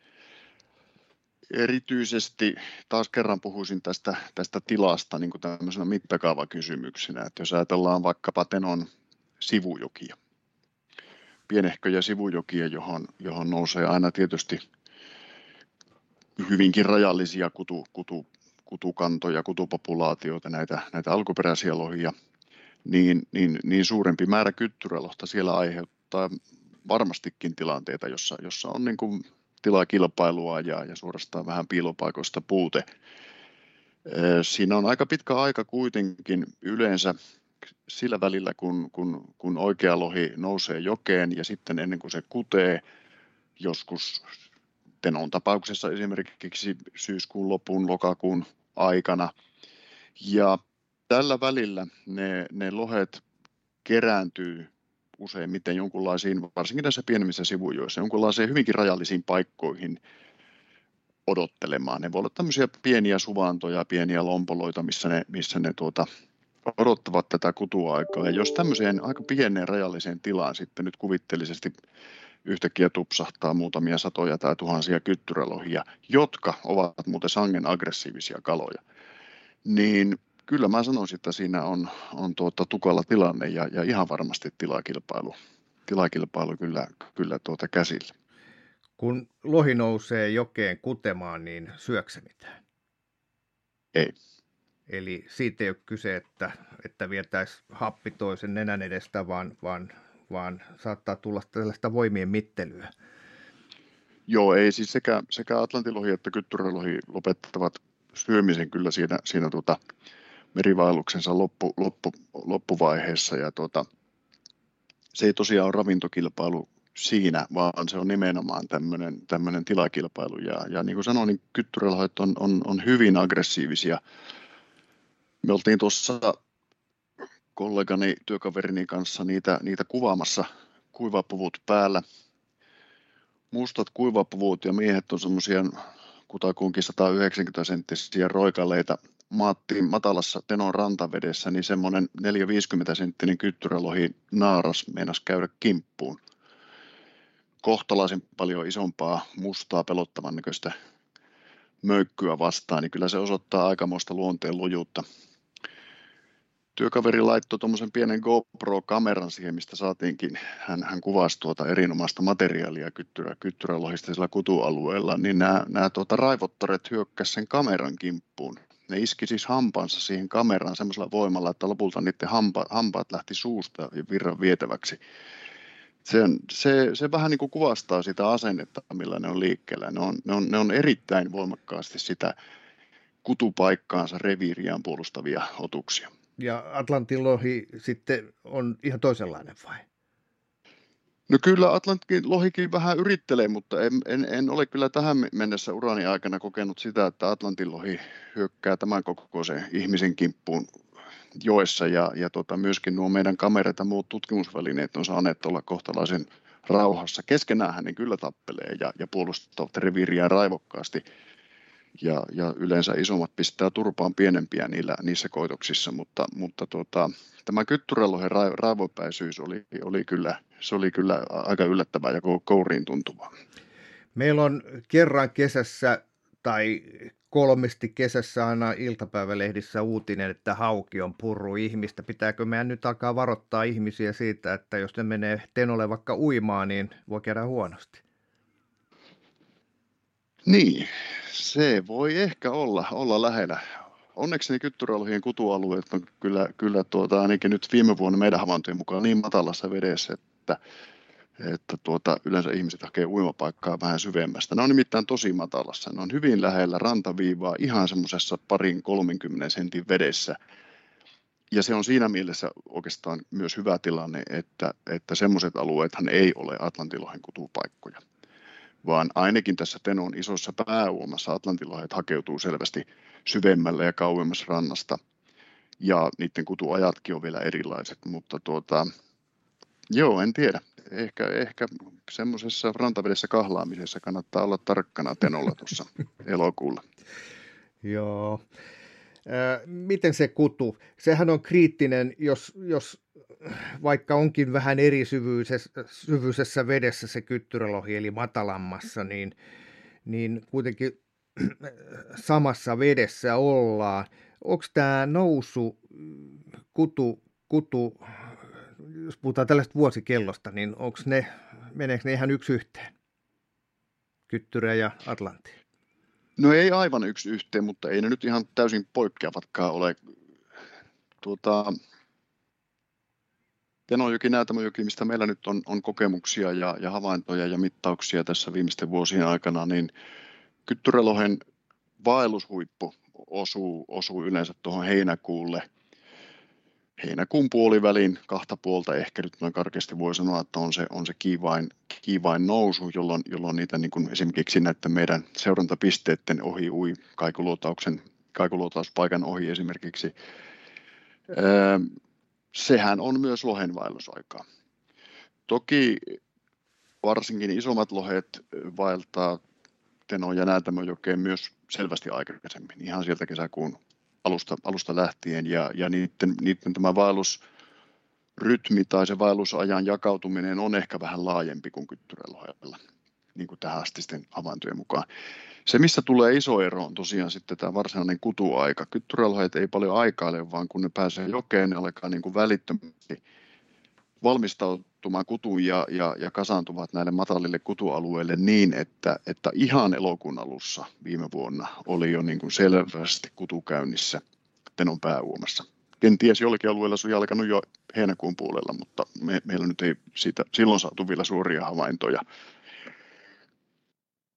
[SPEAKER 1] Erityisesti taas kerran puhuisin tästä, tästä tilasta niin kuin tämmöisenä mittakaavakysymyksenä, että jos ajatellaan vaikkapa Tenon sivujokia, pienehköjä sivujokia, johon, johon nousee aina tietysti hyvinkin rajallisia kutu, kutu, kutukantoja, kutupopulaatioita, näitä, näitä alkuperäisiä lohia, niin, niin, niin suurempi määrä kyttyrälohta siellä aiheuttaa varmastikin tilanteita, jossa, jossa on niin kuin tilaa kilpailua ja, ja suorastaan vähän piilopaikoista puute. Siinä on aika pitkä aika kuitenkin yleensä sillä välillä, kun, kun, kun oikea lohi nousee jokeen ja sitten ennen kuin se kutee, joskus Tenon tapauksessa esimerkiksi syyskuun lopun, lokakuun aikana. Ja tällä välillä ne, ne lohet kerääntyy useimmiten jonkunlaisiin, varsinkin näissä pienemmissä sivujoissa, jonkunlaisiin hyvinkin rajallisiin paikkoihin odottelemaan. Ne voi olla tämmöisiä pieniä suvantoja, pieniä lompoloita, missä ne, missä ne tuota, odottavat tätä kutuaikaa. Ja jos tämmöiseen aika pieneen rajalliseen tilaan sitten nyt kuvitteellisesti yhtäkkiä tupsahtaa muutamia satoja tai tuhansia kyttyrälohia, jotka ovat muuten sangen aggressiivisia kaloja, niin kyllä mä sanoisin, että siinä on, on tuota tukala tilanne ja, ja ihan varmasti tilakilpailu, tilakilpailu kyllä, kyllä tuota käsillä.
[SPEAKER 2] Kun lohi nousee jokeen kutemaan, niin syöksä se mitään?
[SPEAKER 1] Ei.
[SPEAKER 2] Eli siitä ei ole kyse, että, että vietäisiin happi toisen nenän edestä, vaan, vaan, vaan saattaa tulla tällaista voimien mittelyä.
[SPEAKER 1] Joo, ei siis sekä, sekä atlantilohi että kyttyrälohi lopettavat syömisen kyllä siinä, siinä tuota merivaelluksensa loppu, loppu, loppuvaiheessa. Ja tuota, se ei tosiaan ole ravintokilpailu siinä, vaan se on nimenomaan tämmöinen, tämmöinen tilakilpailu. Ja, ja niin kuin sanoin, niin kyttyrälohet on, on, on hyvin aggressiivisia. Me oltiin tuossa kollegani, työkaverini kanssa niitä, niitä kuvaamassa, kuivapuvut päällä. Mustat kuivapuvut ja miehet on semmoisia kutakuinkin sata yhdeksänkymmentä senttisiä roikaleita. Maattiin matalassa Tenon rantavedessä, niin semmoinen neljäkymmentä viisikymmentä senttinen kyttyrälohi naaras meinasi käydä kimppuun. Kohtalaisen paljon isompaa, mustaa, pelottavan näköistä möykkyä vastaan, niin kyllä se osoittaa aikamoista luonteen lujuutta. Työkaveri laittoi tuommoisen pienen GoPro-kameran siihen, mistä saatiinkin, hän, hän kuvasi tuota erinomaista materiaalia kyttyrä, kyttyrälohista sillä kutualueella, niin nämä, nämä tuota raivottoret hyökkäsivät sen kameran kimppuun. Ne iski siis hampaansa siihen kameraan semmoisella voimalla, että lopulta niiden hampa, hampaat lähti suusta virran vietäväksi. Se, se, se vähän niin kuin kuvastaa sitä asennetta, millä ne on liikkeellä. Ne on, ne on, ne on erittäin voimakkaasti sitä kutupaikkaansa, reviiriään puolustavia otuksia.
[SPEAKER 2] Ja Atlantin lohi sitten on ihan toisenlainen vai?
[SPEAKER 1] No kyllä Atlantin lohikin vähän yrittelee, mutta en, en, en ole kyllä tähän mennessä urani aikana kokenut sitä, että Atlantin lohi hyökkää tämän kokoisen ihmisen kimppuun joessa. Ja, ja tota, myöskin nuo meidän kamerat ja muut tutkimusvälineet on saaneet olla kohtalaisen rauhassa. Keskenään ne kyllä tappelee ja, ja puolustavat reviiriään raivokkaasti. Ja, ja yleensä isommat pistää turpaan pienempiä niillä, niissä koitoksissa, mutta, mutta tuota, tämä kyttyrälohen raivopäisyys oli, oli, kyllä, se oli kyllä aika yllättävää ja kouriin tuntuvaa.
[SPEAKER 2] Meillä on kerran kesässä tai kolmesti kesässä aina iltapäivälehdissä uutinen, että hauki on purru ihmistä. Pitääkö meidän nyt alkaa varoittaa ihmisiä siitä, että jos ne menee Tenolle vaikka uimaan, niin voi käydä huonosti?
[SPEAKER 1] Niin, se voi ehkä olla, olla lähellä. Onneksi ne kyttyrälohien kutualueet on kyllä, kyllä tuota, ainakin nyt viime vuonna meidän havaintojen mukaan niin matalassa vedessä, että, että tuota, yleensä ihmiset hakee uimapaikkaa vähän syvemmästä. Ne on nimittäin tosi matalassa. Ne on hyvin lähellä rantaviivaa, ihan semmoisessa parin kolmenkymmenen sentin vedessä. Ja se on siinä mielessä oikeastaan myös hyvä tilanne, että, että semmoiset alueethan ei ole atlantilohen kutupaikkoja, vaan ainakin tässä Tenon isossa pääuomassa atlantilohet hakeutuu selvästi syvemmälle ja kauemmas rannasta. Ja niiden kutuajatkin on vielä erilaiset, mutta tuota, joo, en tiedä. Ehkä, ehkä semmoisessa rantavedessä kahlaamisessa kannattaa olla tarkkana Tenolla tuossa elokuulla.
[SPEAKER 2] Joo. Miten se kutu? Sehän on kriittinen, jos, jos vaikka onkin vähän eri syvyisessä, syvyisessä vedessä se kyttyrälohi, eli matalammassa, niin, niin kuitenkin samassa vedessä ollaan. Onko tämä nousu, kutu, kutu, jos puhutaan tällaista vuosikellosta, niin onko ne, meneekö ne ihan yksi yhteen? Kyttyrä ja Atlantti?
[SPEAKER 1] No ei aivan yksi yhteen, mutta ei ne nyt ihan täysin poikkeavatkaan ole. Tuota, Tenojoki, Näätämöjoki, mistä meillä nyt on, on kokemuksia ja, ja havaintoja ja mittauksia tässä viimeisten vuosien aikana, niin kyttyrälohen vaellushuippu osuu, osuu yleensä tuohon heinäkuulle. Heinäkuun puoliväliin kahta puolta ehkä nyt noin karkeasti voi sanoa, että on se, on se kiivain, kiivain nousu, jolloin, jolloin niitä niin kuin esimerkiksi näiden meidän seurantapisteiden ohi ui kaikuluotauksen, kaikuluotauspaikan ohi esimerkiksi. Öö, sehän on myös lohen vaellusaikaa. Toki varsinkin isommat lohet vaeltaa Tenon ja Näätämöjokeen myös selvästi aikaisemmin, ihan sieltä kesäkuun alusta, alusta lähtien, ja, ja niiden, niiden tämä vaellusrytmi tai se vaellusajan jakautuminen on ehkä vähän laajempi kuin kyttyrälohella, niin kuin tähän asti sitten havaintojen mukaan. Se, missä tulee iso ero, on tosiaan sitten tämä varsinainen kutuaika. Kyttyrälohet ei paljon aikaile, vaan kun ne pääsee jokeen, ne alkaa niin kuin välittömästi valmistautumaan kutuun ja, ja, ja kasaantuvat näille matalille kutualueille niin, että, että ihan elokuun alussa viime vuonna oli jo niin kuin selvästi kutu käynnissä Tenon pääuomassa. Kenties jollakin alueella se oli alkanut jo heinäkuun puolella, mutta me, meillä nyt ei siitä silloin saatu vielä suoria havaintoja.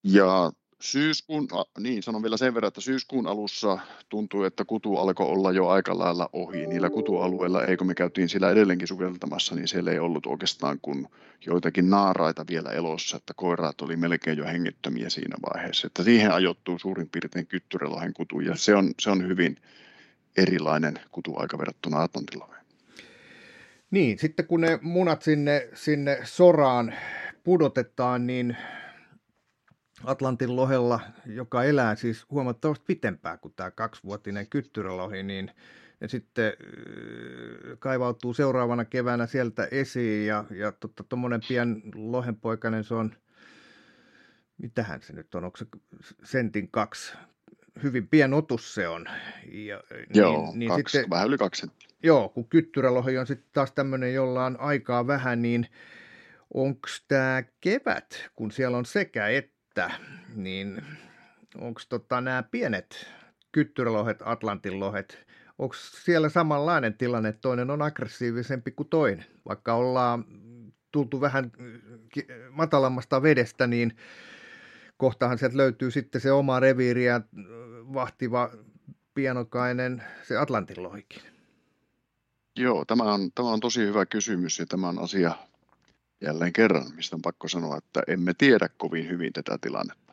[SPEAKER 1] Ja syyskuun, niin sanon vielä sen verran, että syyskuun alussa tuntui, että kutu alkoi olla jo aika lailla ohi. Niillä kutualueilla, ei kun me käytiin siellä edelleenkin sukeltamassa, niin siellä ei ollut oikeastaan kuin joitakin naaraita vielä elossa, että koiraat oli melkein jo hengettömiä siinä vaiheessa. Että siihen ajoittuu suurin piirtein kyttyrälohen kutu, ja se on, se on hyvin erilainen kutuaika verrattuna Atlantinloheen.
[SPEAKER 2] Niin, sitten kun ne munat sinne, sinne soraan pudotetaan, niin Atlantin lohella, joka elää siis huomattavasti pitempään kuin tämä kaksivuotinen kyttyrälohi, niin ne sitten kaivautuu seuraavana keväänä sieltä esiin, ja, ja tuommoinen tota, pien lohenpoikainen, se on, mitähän se nyt on, onko se sentin kaksi, hyvin pien otus se on. Ja,
[SPEAKER 1] joo,
[SPEAKER 2] niin, niin
[SPEAKER 1] kaksi,
[SPEAKER 2] sitten,
[SPEAKER 1] vähän yli kaksi senttiä.
[SPEAKER 2] Joo, kun kyttyrälohi on sitten taas tämmöinen, jolla on aikaa vähän, niin onko tämä kevät, kun siellä on sekä että, niin onko tota nämä pienet kyttyrälohet, Atlantinlohet, onko siellä samanlainen tilanne, että toinen on aggressiivisempi kuin toinen? Vaikka ollaan tultu vähän matalammasta vedestä, niin kohtahan sieltä löytyy sitten se oma reviiriä vahtiva pienokainen, se Atlantinlohikin.
[SPEAKER 1] Joo, tämä on, tämä on tosi hyvä kysymys, ja tämä on asia jälleen kerran, mistä on pakko sanoa, että emme tiedä kovin hyvin tätä tilannetta.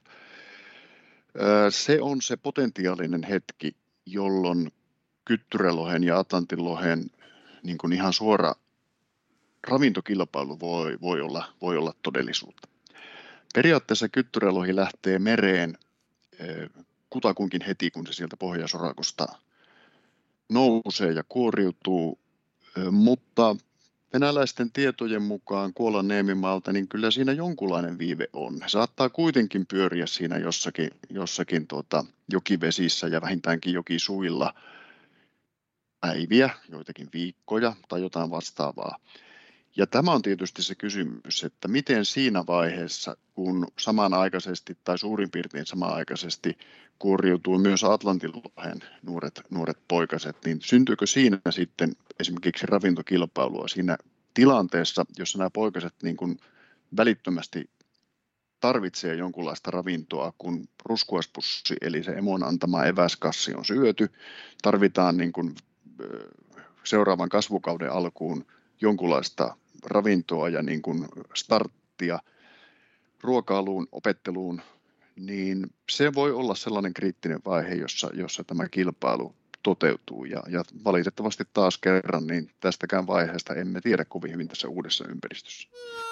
[SPEAKER 1] Se on se potentiaalinen hetki, jolloin kyttyrälohen ja Atlantinlohen niin kuin ihan suora ravintokilpailu voi, voi, olla, voi olla todellisuutta. Periaatteessa kyttyrälohi lähtee mereen kutakuinkin heti, kun se sieltä pohjasorakosta nousee ja kuoriutuu, mutta venäläisten tietojen mukaan Kuolan Niemimaalta, niin kyllä siinä jonkunlainen viive on. He saattaa kuitenkin pyöriä siinä jossakin, jossakin tuota, jokivesissä ja vähintäänkin jokisuilla päiviä, joitakin viikkoja tai jotain vastaavaa. Ja tämä on tietysti se kysymys, että miten siinä vaiheessa, kun samanaikaisesti tai suurin piirtein samanaikaisesti kuoriutuu myös Atlantinlohen nuoret, nuoret poikaset, niin syntyykö siinä sitten esimerkiksi ravintokilpailua siinä tilanteessa, jossa nämä poikaset niin kuin välittömästi tarvitsee jonkunlaista ravintoa, kun ruskuaspussi eli se emon antama eväskassi on syöty, tarvitaan niin kuin seuraavan kasvukauden alkuun jonkunlaista ravintoa ja niin kuin starttia ruokailuun, opetteluun, niin se voi olla sellainen kriittinen vaihe, jossa, jossa tämä kilpailu toteutuu. Ja, ja valitettavasti taas kerran, niin tästäkään vaiheesta emme tiedä kovin hyvin tässä uudessa ympäristössä.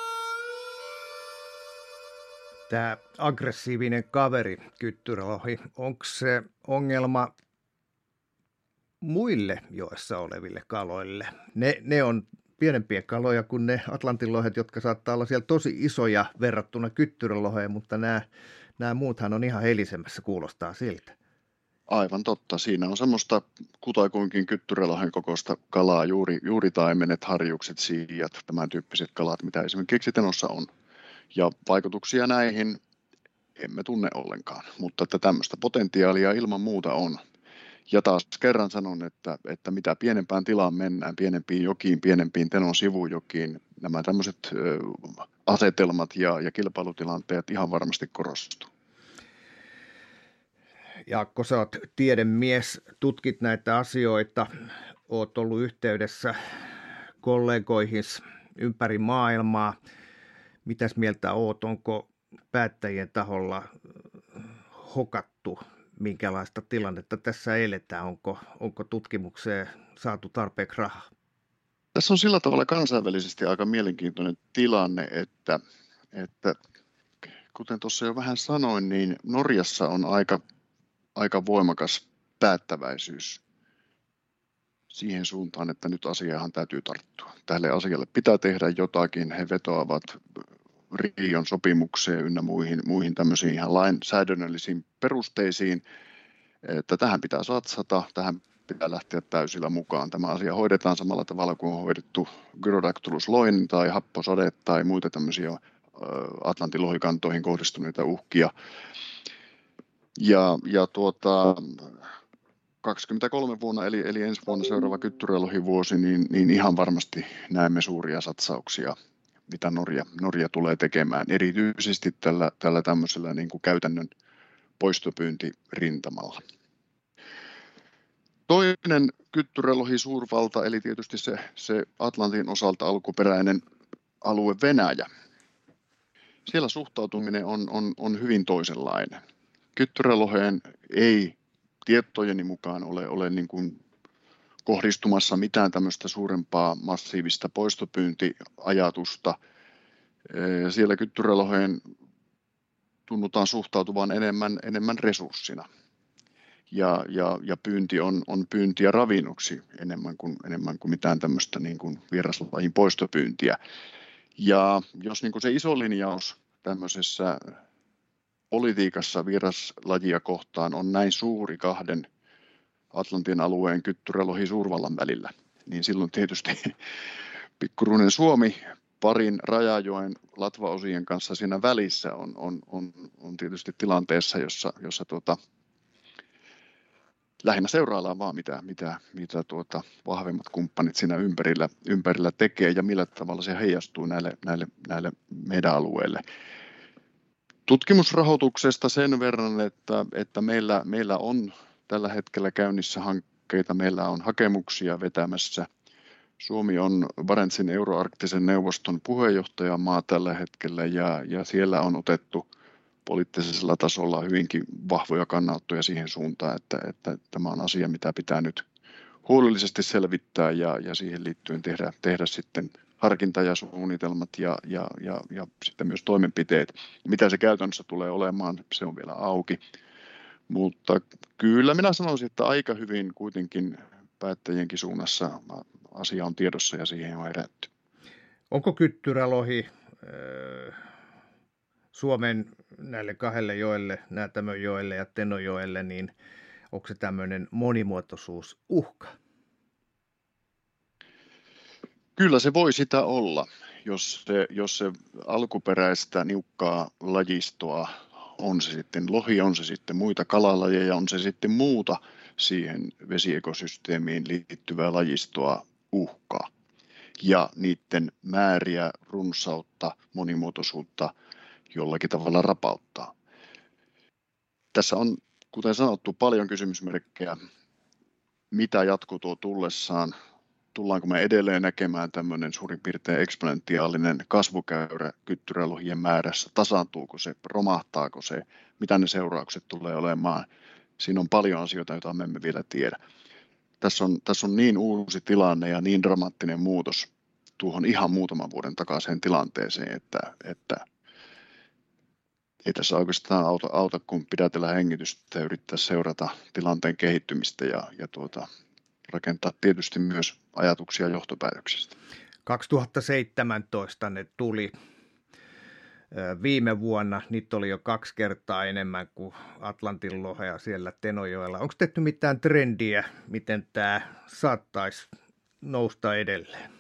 [SPEAKER 2] Tämä aggressiivinen kaveri, kyttyrälohi, onko se ongelma muille joessa oleville kaloille? Ne, ne on pienempiä kaloja kuin ne Atlantinlohet, jotka saattaa olla siellä tosi isoja verrattuna kyttyräloheen, mutta nämä, nämä muuthan on ihan helisemmässä, kuulostaa siltä.
[SPEAKER 1] Aivan totta. Siinä on semmoista kutakuinkin kyttyrälohen kokoista kalaa, juuri, juuri taimenet, harjukset, siijat, tämän tyyppiset kalat, mitä esimerkiksi Tenossa on. Ja vaikutuksia näihin emme tunne ollenkaan, mutta että tämmöistä potentiaalia ilman muuta on. Ja taas kerran sanon, että, että mitä pienempään tilaan mennään, pienempiin jokiin, pienempiin Tenon sivujokiin, nämä tämmöiset ö, asetelmat ja, ja kilpailutilanteet ihan varmasti korostuu.
[SPEAKER 2] Jaakko, sä oot tiedemies, tutkit näitä asioita, oot ollut yhteydessä kollegoihin ympäri maailmaa. Mitäs mieltä oot, onko päättäjien taholla hokattu, minkälaista tilannetta tässä eletään, onko, onko tutkimukseen saatu tarpeeksi rahaa?
[SPEAKER 1] Tässä on sillä tavalla kansainvälisesti aika mielenkiintoinen tilanne, että, että kuten tuossa jo vähän sanoin, niin Norjassa on aika, aika voimakas päättäväisyys siihen suuntaan, että nyt asiaan täytyy tarttua. Tälle asialle pitää tehdä jotakin. He vetoavat Rion sopimukseen ynnä muihin, muihin tämmöisiin ihan lainsäädännöllisiin perusteisiin, että tähän pitää satsata, tähän pitää lähteä täysillä mukaan. Tämä asia hoidetaan samalla tavalla kuin on hoidettu Gyrodactylus loin tai happosade tai muita tämmöisiä Atlantin-lohikantoihin kohdistuneita uhkia. Ja, ja tuota, kaksikymmentäkolme vuonna, eli, eli ensi vuonna seuraava kyttyrälohivuosi, niin, niin ihan varmasti näemme suuria satsauksia mitä Norja, Norja tulee tekemään, erityisesti tällä, tällä tämmöisellä niin kuin käytännön poistopyyntirintamalla. Toinen kyttyrälohi suurvalta, eli tietysti se, se Atlantin osalta alkuperäinen alue Venäjä. Siellä suhtautuminen on, on, on hyvin toisenlainen. Kyttyräloheen ei tietojeni mukaan ole, ole niin kuin kohdistumassa mitään tämmöistä suurempaa massiivista poistopyyntiajatusta. Siellä kyttyräloheen tunnutaan suhtautuvan enemmän, enemmän resurssina. Ja, ja, ja pyynti on, on pyyntiä ravinnoksi enemmän kuin, enemmän kuin mitään tämmöistä niin kuin vieraslajin poistopyyntiä. Ja jos niin kuin se iso linjaus tämmöisessä politiikassa vieraslajia kohtaan on näin suuri kahden Atlantin alueen kyttyrälohi suurvallan välillä, niin silloin tietysti pikkuruinen Suomi parin Rajajoen latvaosien kanssa siinä välissä on, on, on, on tietysti tilanteessa, jossa, jossa tuota, lähinnä seuraillaan vaan, mitä, mitä, mitä tuota, vahvemmat kumppanit siinä ympärillä, ympärillä tekee ja millä tavalla se heijastuu näille, näille, näille meidän alueille. Tutkimusrahoituksesta sen verran, että, että meillä, meillä on tällä hetkellä käynnissä hankkeita, meillä on hakemuksia vetämässä. Suomi on Barentsin euroarktisen neuvoston puheenjohtajamaa tällä hetkellä ja, ja siellä on otettu poliittisella tasolla hyvinkin vahvoja kannanottoja siihen suuntaan, että, että tämä on asia, mitä pitää nyt huolellisesti selvittää ja, ja siihen liittyen tehdä, tehdä sitten harkinta ja suunnitelmat ja, ja, ja, ja sitten myös toimenpiteet. Mitä se käytännössä tulee olemaan, se on vielä auki. Mutta kyllä minä sanoisin, että aika hyvin kuitenkin päättäjienkin suunnassa asia on tiedossa ja siihen on herätty.
[SPEAKER 2] Onko kyttyrälohi äh, Suomen näille kahdelle joelle, Näätämönjoelle ja Tenojoelle, niin onko se tämmöinen monimuotoisuusuhka?
[SPEAKER 1] Kyllä se voi sitä olla, jos se, jos se alkuperäistä niukkaa lajistoa on se sitten lohi, on se sitten muita kalalajeja, on se sitten muuta siihen vesiekosysteemiin liittyvää lajistoa uhkaa. Ja niiden määriä, runsautta, monimuotoisuutta jollakin tavalla rapauttaa. Tässä on, kuten sanottu, paljon kysymysmerkkejä, mitä jatkuu tuo tullessaan. Tullaanko me edelleen näkemään tämmöinen suurin piirtein eksponentiaalinen kasvukäyrä kyttyrälohien määrässä? Tasaantuuko se, romahtaako se, mitä ne seuraukset tulee olemaan? Siinä on paljon asioita, joita me emme vielä tiedä. Tässä on, tässä on niin uusi tilanne ja niin dramaattinen muutos tuohon ihan muutaman vuoden takaiseen tilanteeseen, että, että ei tässä oikeastaan auta, auta kun pidätellä hengitystä ja yrittää seurata tilanteen kehittymistä ja, ja tuota, rakentaa tietysti myös ajatuksia johtopäätöksistä.
[SPEAKER 2] kaksituhattaseitsemäntoista ne tuli. Viime vuonna niitä oli jo kaksi kertaa enemmän kuin Atlantin lohea siellä Tenojoella. Onko tehty mitään trendiä, miten tämä saattaisi nousta edelleen?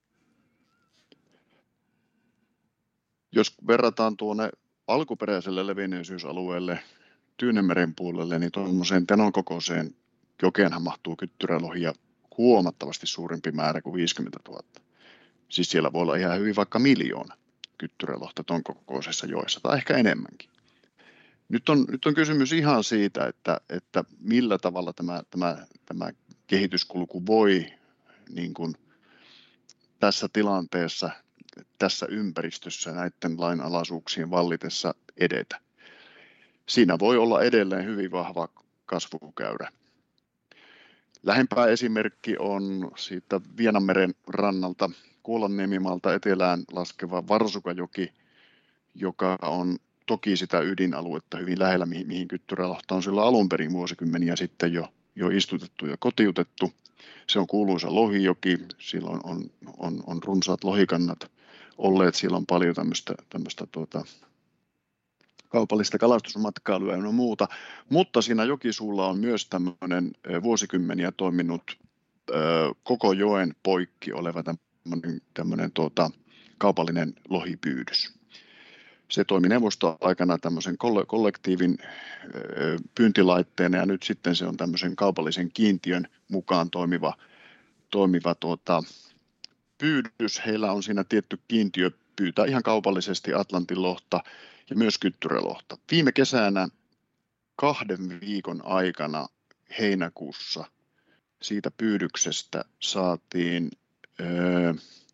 [SPEAKER 1] Jos verrataan tuonne alkuperäiselle levinneisyysalueelle Tyynemeren puolelle, niin tuollaiseen Tenon kokoiseen jokeenhan mahtuu kyttyrälohia huomattavasti suurempi määrä kuin viisikymmentätuhatta. Siis siellä voi olla ihan hyvin vaikka miljoona kyttyrälohta ton kokoisessa joessa, tai ehkä enemmänkin. Nyt on, nyt on kysymys ihan siitä, että, että millä tavalla tämä, tämä, tämä kehityskulku voi niin kuin tässä tilanteessa, tässä ympäristössä näiden lainalaisuuksien vallitessa edetä. Siinä voi olla edelleen hyvin vahva kasvukäyrä. Lähempää esimerkki on siitä Vienanmeren rannalta Kuolanniemimaalta etelään laskeva Varsukajoki, joka on toki sitä ydinaluetta hyvin lähellä, mihin kyttyrälohta on silloin alun perin vuosikymmeniä sitten jo, jo istutettu ja kotiutettu. Se on kuuluisa lohijoki, silloin on, on, on runsaat lohikannat olleet, siellä on paljon tämmöistä, tämmöistä tuota, kaupallista kalastusmatkailua ja muuta, mutta siinä jokisuulla on myös tämmöinen vuosikymmeniä toiminut ö, koko joen poikki oleva tämmöinen, tämmöinen tuota, kaupallinen lohipyydys. Se toimi neuvostoaikana tämmöisen kollektiivin ö, pyyntilaitteena ja nyt sitten se on tämmöisen kaupallisen kiintiön mukaan toimiva, toimiva tuota, pyydys. Heillä on siinä tietty kiintiö pyytää ihan kaupallisesti Atlantin lohta ja myös kyttyrälohta. Viime kesänä kahden viikon aikana heinäkuussa siitä pyydyksestä saatiin öö,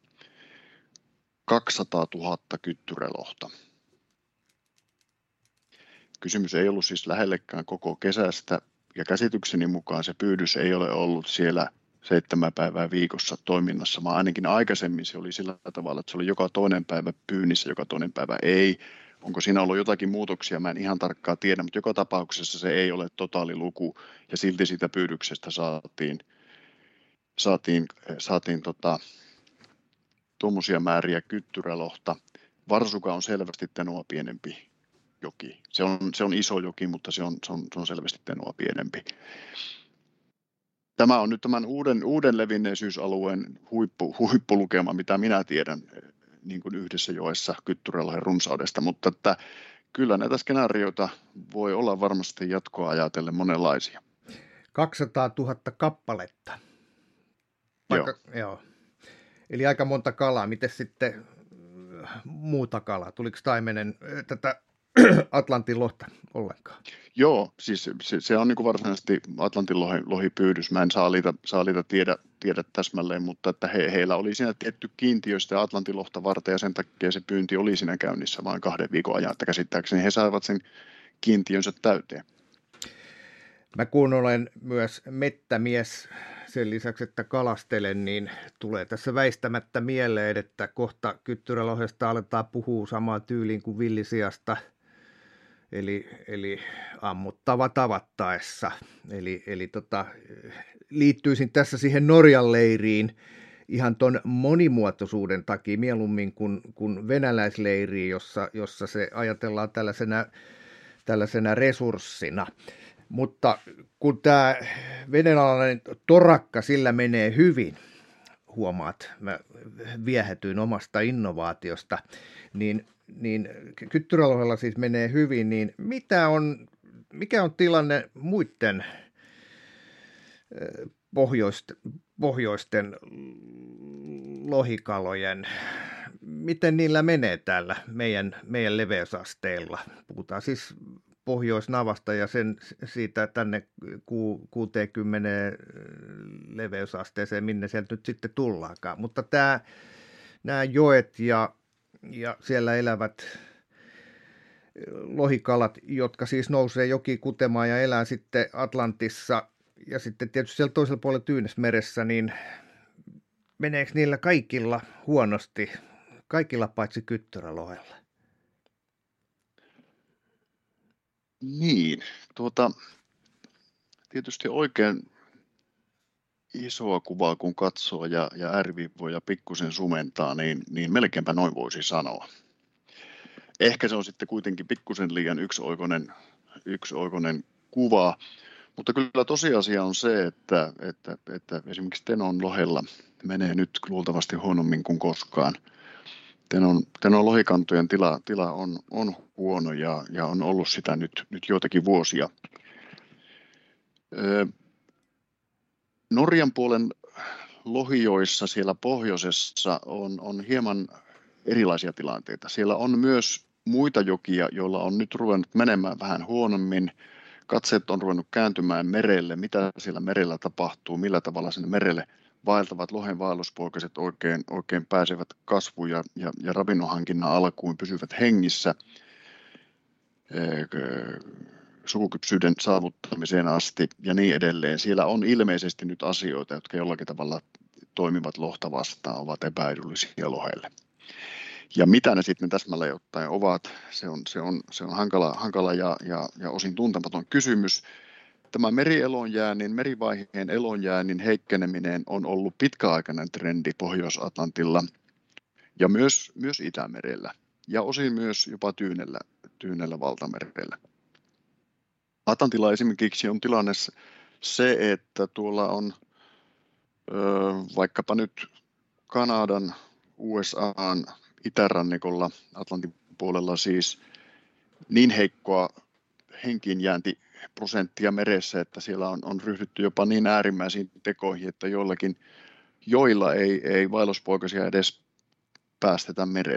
[SPEAKER 1] kaksisataatuhatta kyttyrälohta. Kysymys ei ollut siis lähellekään koko kesästä, ja käsitykseni mukaan se pyydys ei ole ollut siellä seitsemän päivää viikossa toiminnassa, vaan ainakin aikaisemmin se oli sillä tavalla, että se oli joka toinen päivä pyynnissä, joka toinen päivä ei. Onko siinä ollut jotakin muutoksia, mä en ihan tarkkaan tiedä, mutta joka tapauksessa se ei ole totaaliluku, ja silti siitä pyydyksestä saatiin, saatiin, saatiin tota, tuommoisia määriä kyttyrälohta. Varsuka on selvästi Tenoa pienempi joki. Se on, se on iso joki, mutta se on, se on, se on selvästi Tenoa pienempi. Tämä on nyt tämän uuden, uuden levinneisyysalueen huippu, huippulukema, mitä minä tiedän niin kuin yhdessä joessa kyttyrälohen runsaudesta, mutta että kyllä näitä skenaarioita voi olla varmasti jatkoa ajatellen monenlaisia.
[SPEAKER 2] kaksisataatuhatta kappaletta. Vaikka, joo. joo. Eli aika monta kalaa. Miten sitten muuta kalaa? Tuliko taimenen tätä Atlantin lohta ollenkaan?
[SPEAKER 1] Joo, siis se, se on niin kuin varsinaisesti Atlantin lohi, lohipyydys. Mä en saalita, saalita tiedä, tiedä täsmälleen, mutta että he, heillä oli siinä tietty kiintiö sitä Atlantin lohta varten, ja sen takia se pyynti oli siinä käynnissä vain kahden viikon ajan, että käsittääkseni he saivat sen kiintiönsä täyteen.
[SPEAKER 2] Mä kun olen myös mettämies sen lisäksi, että kalastelen, niin tulee tässä väistämättä mieleen, että kohta kyttyrälohesta aletaan puhua samaan tyyliin kuin villisiasta, eli, eli ammuttava tavattaessa. Eli, eli tota, liittyisin tässä siihen Norjan leiriin ihan ton monimuotoisuuden takia mieluummin kuin, kuin venäläisleiriin, jossa, jossa se ajatellaan tällaisena, tällaisena resurssina. Mutta kun tämä vedenalainen torakka, sillä menee hyvin, huomaat, mä viehätyin omasta innovaatiosta, niin, niin kyttyrälohella siis menee hyvin, niin mitä on, mikä on tilanne muiden pohjoisten, pohjoisten lohikalojen, miten niillä menee täällä meidän, meidän leveysasteella? Puhutaan siis Pohjoisnavasta ja sen siitä tänne kuuteenkymmeneen leveysasteeseen, minne sieltä nyt sitten tullaakaan. Mutta tämä, nämä joet ja, ja siellä elävät lohikalat, jotka siis nousee joki kutemaan ja elää sitten Atlantissa ja sitten tietysti siellä toisella puolella Tyynesmeressä, niin meneekö niillä kaikilla huonosti, kaikilla paitsi kyttyrälohella?
[SPEAKER 1] Niin, tuota, tietysti oikein isoa kuvaa kun katsoo ja, ja ääriviivoja pikkusen sumentaa, niin, niin melkeinpä noin voisi sanoa. Ehkä se on sitten kuitenkin pikkusen liian yksioikoinen, yksioikoinen kuva, mutta kyllä tosiasia on se, että, että, että esimerkiksi Tenon lohella menee nyt luultavasti huonommin kuin koskaan. Tenon, Tenon lohikantojen tila, tila on, on huono ja, ja on ollut sitä nyt, nyt joitakin vuosia. Öö, Norjan puolen lohijoissa siellä pohjoisessa on, on hieman erilaisia tilanteita. Siellä on myös muita jokia, joilla on nyt ruvennut menemään vähän huonommin. Katseet on ruvennut kääntymään merelle, mitä siellä merellä tapahtuu, millä tavalla sinne merelle vaeltavat lohen vaelluspoikaset oikein, oikein pääsevät kasvuun ja, ja, ja ravinnonhankinnan alkuun, pysyvät hengissä sukukypsyyden saavuttamiseen asti ja niin edelleen. Siellä on ilmeisesti nyt asioita, jotka jollakin tavalla toimivat lohta vastaan, ovat epäedullisia lohelle. Ja mitä ne sitten täsmälleen ottaen ovat, se on, se on, se on hankala, hankala ja, ja, ja osin tuntematon kysymys. Tämä merielonjäännin, merivaiheen elonjäännin heikkeneminen on ollut pitkäaikainen trendi Pohjois-Atlantilla ja myös, myös Itämerellä ja osin myös jopa Tyynellä, Tyynellä valtamerellä. Atlantilla esimerkiksi on tilanne se, että tuolla on ö, vaikkapa nyt Kanadan, U S A:n itärannikolla, Atlantin puolella siis niin heikkoa henkiinjääntiprosenttia meressä, että siellä on, on ryhdytty jopa niin äärimmäisiin tekoihin, että joillakin joilla ei, ei vaelluspoikasia edes päästetä merelle.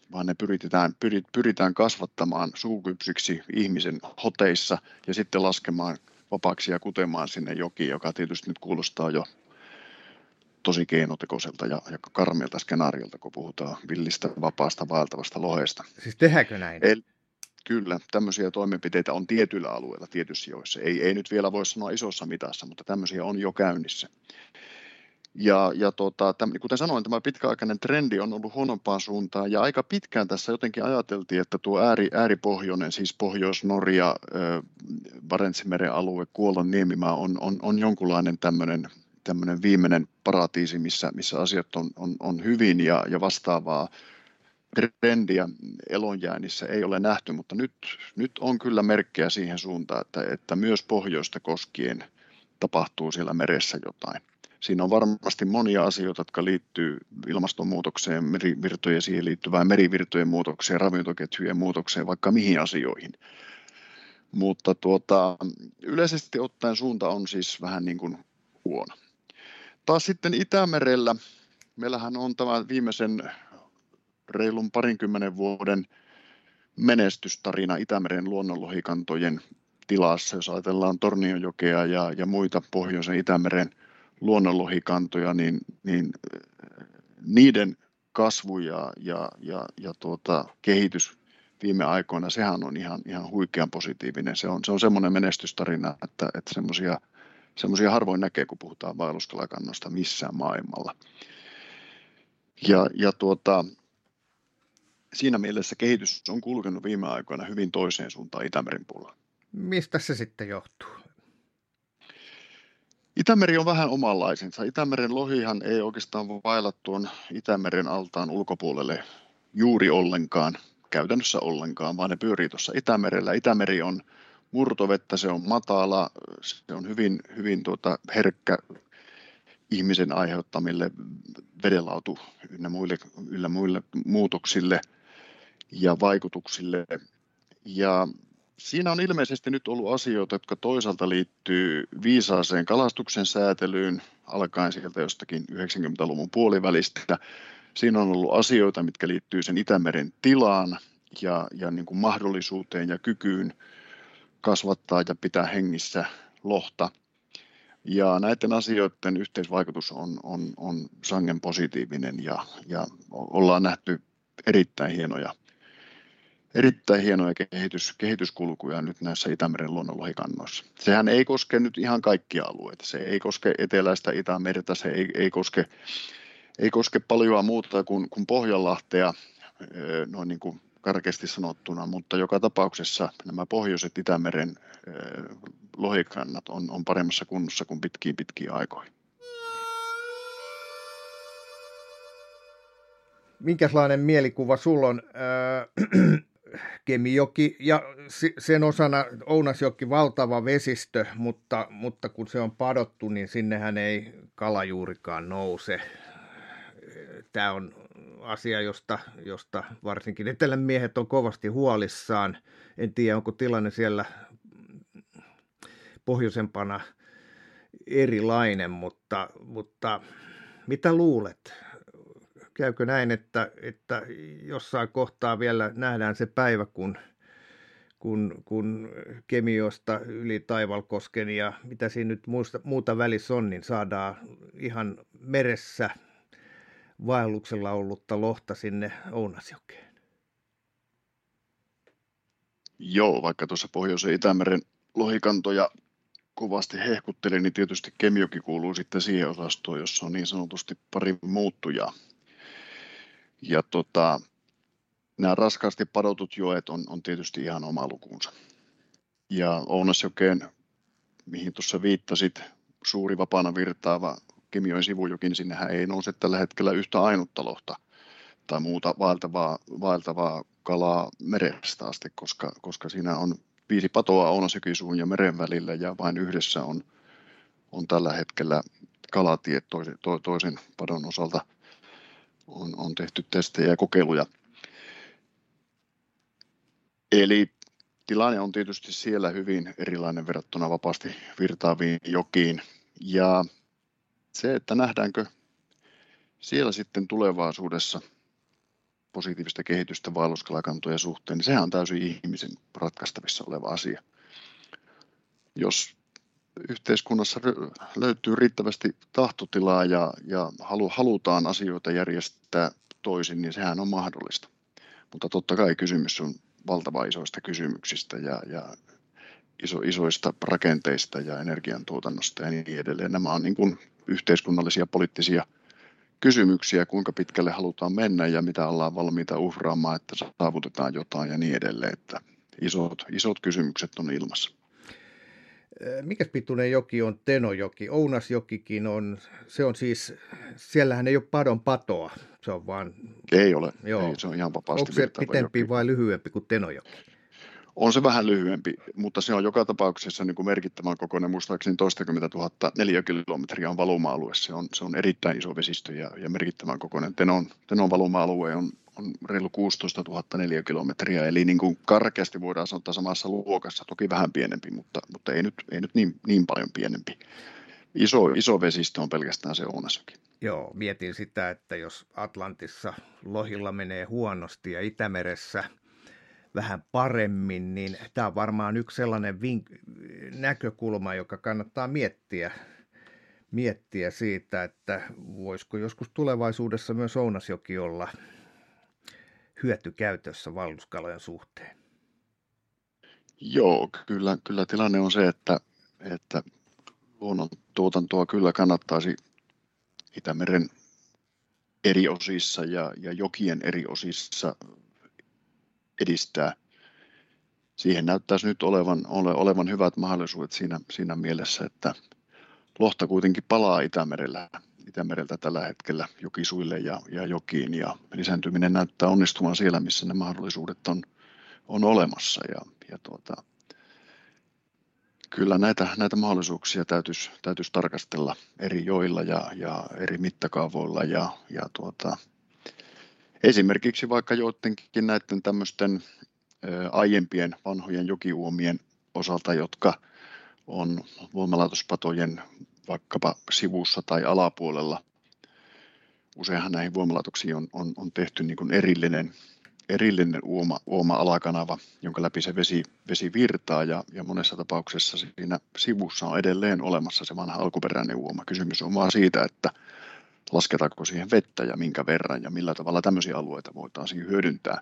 [SPEAKER 1] vaan ne pyritään, pyritään kasvattamaan suukypsiksi ihmisen hoteissa ja sitten laskemaan vapaaksi ja kutemaan sinne jokiin, joka tietysti nyt kuulostaa jo tosi keinotekoiselta ja, ja karmeelta skenaariolta, kun puhutaan villistä, vapaasta, vaeltavasta lohesta.
[SPEAKER 2] Siis tehdäänkö näin?
[SPEAKER 1] El, kyllä, tämmöisiä toimenpiteitä on tietyillä alueilla, tietyissä joissa. Ei, ei nyt vielä voi sanoa isossa mitassa, mutta tämmöisiä on jo käynnissä. Ja, ja tota, täm, kuten sanoin, tämä pitkäaikainen trendi on ollut huonompaan suuntaan, ja aika pitkään tässä jotenkin ajateltiin, että tuo ääri, ääripohjoinen, siis Pohjois-Norja, Barentsimeren alue, Kuolan niemimaa on, on, on jonkunlainen tämmöinen, tämmöinen viimeinen paratiisi, missä, missä asiat on, on, on hyvin ja, ja vastaavaa trendiä elonjäänissä ei ole nähty, mutta nyt, nyt on kyllä merkkejä siihen suuntaan, että, että myös pohjoista koskien tapahtuu siellä meressä jotain. Siinä on varmasti monia asioita, jotka liittyy ilmastonmuutokseen, merivirtojen siihen liittyvään merivirtojen muutokseen, ravintoketjujen muutokseen, vaikka mihin asioihin. Mutta tuota, yleisesti ottaen suunta on siis vähän niin kuin huono. Taas sitten Itämerellä, meillähän on tämä viimeisen reilun parinkymmenen vuoden menestystarina Itämeren luonnonlohikantojen tilassa, jos ajatellaan Tornionjokea ja, ja muita pohjoisen Itämeren luonnonlohikantoja, niin, niin niiden kasvu ja, ja, ja, ja tuota, kehitys viime aikoina, sehän on ihan, ihan huikean positiivinen. Se on, se on semmoinen menestystarina, että, että semmoisia semmoisia harvoin näkee, kun puhutaan vaelluskalakannosta missään maailmalla. Ja, ja tuota, siinä mielessä kehitys on kulkenut viime aikoina hyvin toiseen suuntaan Itämeren puolella.
[SPEAKER 2] Mistä se sitten johtuu?
[SPEAKER 1] Itämeri on vähän omanlaisensa. Itämeren lohihan ei oikeastaan vaella tuon Itämeren altaan ulkopuolelle juuri ollenkaan, käytännössä ollenkaan, vaan ne pyörii tuossa Itämerellä. Itämeri on murtovettä, se on matala, se on hyvin, hyvin tuota herkkä ihmisen aiheuttamille vedenlaatu ynnä muille, ynnä muille muutoksille ja vaikutuksille. Ja siinä on ilmeisesti nyt ollut asioita, jotka toisaalta liittyy viisaaseen kalastuksen säätelyyn, alkaen sieltä jostakin yhdeksänkymmentäluvun puolivälistä. Siinä on ollut asioita, mitkä liittyy sen Itämeren tilaan ja, ja niin kuin mahdollisuuteen ja kykyyn kasvattaa ja pitää hengissä lohta. Ja näiden asioiden yhteisvaikutus on, on, on sangen positiivinen ja, ja ollaan nähty erittäin hienoja Erittäin hienoja kehitys, kehityskulkuja nyt näissä Itämeren luonnonlohikannoissa. Sehän ei koske nyt ihan kaikkia alueita. Se ei koske eteläistä Itämerta, se ei, ei, koske, ei koske paljoa muuta kuin, kuin Pohjanlahtea, noin niin kuin karkeasti sanottuna, mutta joka tapauksessa nämä pohjoiset Itämeren lohikannat on, on paremmassa kunnossa kuin pitkiin pitkiin aikoihin.
[SPEAKER 2] Minkälainen mielikuva sulla on? Äh, Kemijoki ja sen osana Ounasjoki valtava vesistö, mutta, mutta kun se on padottu, niin sinnehän ei kala juurikaan nouse. Tämä on asia, josta, josta varsinkin etelän miehet on kovasti huolissaan. En tiedä, onko tilanne siellä pohjoisempana erilainen, mutta, mutta mitä luulet? Käykö näin, että, että jossain kohtaa vielä nähdään se päivä, kun, kun, kun Kemiosta yli Taivalkosken ja mitä siinä nyt muusta, muuta välissä on, niin saadaan ihan meressä vaelluksella ollutta lohta sinne Ounasjokeen?
[SPEAKER 1] Joo, vaikka tuossa Pohjoisen Itämeren lohikantoja kovasti hehkuttelin, niin tietysti Kemijoki kuuluu sitten siihen osastoon, jossa on niin sanotusti pari muuttujaa. Ja tota, nämä raskaasti padotut joet on, on tietysti ihan oma lukuunsa. Ja Ounasjokeen, mihin tuossa viittasit, suuri vapaana virtaava Kemijoen sivujoki, niin sinnehän ei nouse tällä hetkellä yhtä ainutta lohta tai muuta vaeltavaa, vaeltavaa kalaa merestä asti, koska, koska siinä on viisi patoa Ounasjokisuun ja meren välillä ja vain yhdessä on, on tällä hetkellä kalatiet toisen, to, toisen padon osalta. On, on tehty testejä ja kokeiluja. Eli tilanne on tietysti siellä hyvin erilainen verrattuna vapaasti virtaaviin jokiin. Ja se, että nähdäänkö siellä sitten tulevaisuudessa positiivista kehitystä vaelluskalakantojen suhteen, niin sehän on täysin ihmisen ratkaistavissa oleva asia. Jos yhteiskunnassa löytyy riittävästi tahtotilaa ja, ja halu, halutaan asioita järjestää toisin, niin sehän on mahdollista. Mutta totta kai kysymys on valtavan isoista kysymyksistä ja, ja iso, isoista rakenteista ja energiantuotannosta ja niin edelleen. Nämä on niin kuin yhteiskunnallisia poliittisia kysymyksiä, kuinka pitkälle halutaan mennä ja mitä ollaan valmiita uhraamaan, että saavutetaan jotain ja niin edelleen. Että isot, isot kysymykset on ilmassa.
[SPEAKER 2] Mikäs pituinen joki on Tenojoki? Ounasjokikin on, se on siis, siellähän ei ole padon patoa, se on vaan...
[SPEAKER 1] Ei ole, ei, se on ihan vapaasti.
[SPEAKER 2] Onko se pitempi
[SPEAKER 1] joki.
[SPEAKER 2] vai lyhyempi kuin Tenojoki?
[SPEAKER 1] On se vähän lyhyempi, mutta se on joka tapauksessa niin kuin merkittävän kokoinen, muistaakseni toistakymmentä tuhatta neliökilometriä on valuma-alue, se on, se on erittäin iso vesistö ja, ja merkittävän kokoinen. Tenon, Tenon valuma-alue on, on reilu kuusitoista tuhatta neliökilometriä, eli niin kuin karkeasti voidaan sanoa samassa luokassa, toki vähän pienempi, mutta, mutta ei nyt, ei nyt niin, niin paljon pienempi. Iso, iso vesistö on pelkästään se Ounasjoki.
[SPEAKER 2] Joo, mietin sitä, että jos Atlantissa lohilla menee huonosti ja Itämeressä vähän paremmin, niin tämä on varmaan yksi sellainen vink- näkökulma, joka kannattaa miettiä, miettiä siitä, että voisiko joskus tulevaisuudessa myös Ounasjoki olla hyötykäytössä vaelluskalojen suhteen.
[SPEAKER 1] Joo, kyllä, kyllä tilanne on se, että, että luonnon tuotantoa kyllä kannattaisi Itämeren eri osissa ja, ja jokien eri osissa edistää. Siihen näyttäisi nyt olevan, ole, olevan hyvät mahdollisuudet siinä, siinä mielessä, että lohta kuitenkin palaa Itämerellä, Itämereltä tällä hetkellä jokisuille ja, ja jokiin, ja lisääntyminen näyttää onnistumaan siellä, missä ne mahdollisuudet on, on olemassa. Ja, ja tuota, kyllä näitä, näitä mahdollisuuksia täytyisi, täytyisi tarkastella eri joilla ja, ja eri mittakaavoilla ja, ja tuota, esimerkiksi vaikka joidenkin näiden tämmöisten ä, aiempien vanhojen jokiuomien osalta, jotka on voimalaitospatojen vaikkapa sivussa tai alapuolella. Useinhan näihin voimalaitoksiin on, on, on tehty niin kuin erillinen, erillinen uoma, uoma-alakanava, jonka läpi se vesi, vesi virtaa ja, ja monessa tapauksessa siinä sivussa on edelleen olemassa se vanha alkuperäinen uoma. Kysymys on vaan siitä, että lasketaanko siihen vettä ja minkä verran ja millä tavalla tämmöisiä alueita voitaisiin hyödyntää.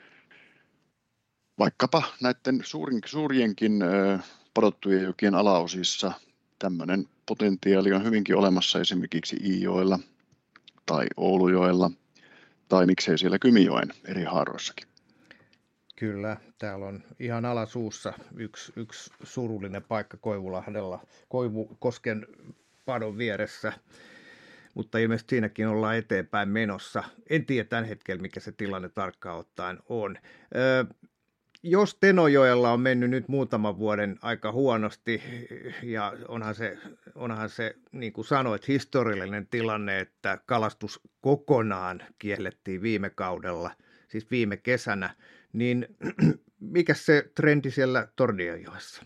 [SPEAKER 1] Vaikkapa näiden suurin, suurienkin ö, padottujen jokien alaosissa tämmöinen potentiaali on hyvinkin olemassa esimerkiksi Iijoella tai Oulujoella tai miksei siellä Kymijoen eri haaroissakin.
[SPEAKER 2] Kyllä, täällä on ihan alasuussa yksi, yksi surullinen paikka Koivulahdella, Koivukosken padon vieressä, mutta ilmeisesti siinäkin ollaan eteenpäin menossa. En tiedä tämän hetkellä, mikä se tilanne tarkkaan ottaen on. Öö, Jos Tenojoella on mennyt nyt muutaman vuoden aika huonosti, ja onhan se, onhan se niin kuin sanoit, historiallinen tilanne, että kalastus kokonaan kiellettiin viime kaudella, siis viime kesänä, niin mikä se trendi siellä Tornionjoessa?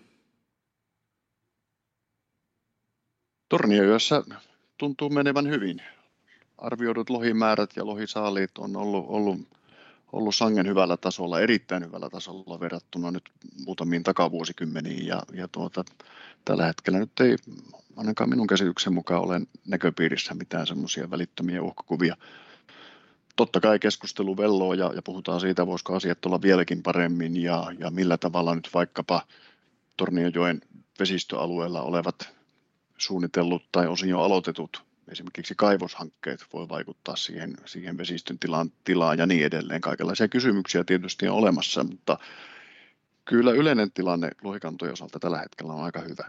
[SPEAKER 1] Tornionjoessa tuntuu menevän hyvin. Arvioidut lohimäärät ja lohisaaliit on ollut, ollut ollut sangen hyvällä tasolla, erittäin hyvällä tasolla verrattuna nyt muutamiin takavuosikymmeniin ja, ja tuota, tällä hetkellä nyt ei ainakaan minun käsityksen mukaan ole näköpiirissä mitään semmoisia välittömiä uhkakuvia. Totta kai keskustelu velloo ja, ja puhutaan siitä, voisiko asiat olla vieläkin paremmin ja, ja millä tavalla nyt vaikkapa Tornionjoen vesistöalueella olevat suunnitellut tai osin jo aloitetut esimerkiksi kaivoshankkeet voi vaikuttaa siihen, siihen vesistön tilaan, tilaan ja niin edelleen. Kaikenlaisia kysymyksiä tietysti on olemassa, mutta kyllä yleinen tilanne lohikantojen osalta tällä hetkellä on aika hyvä.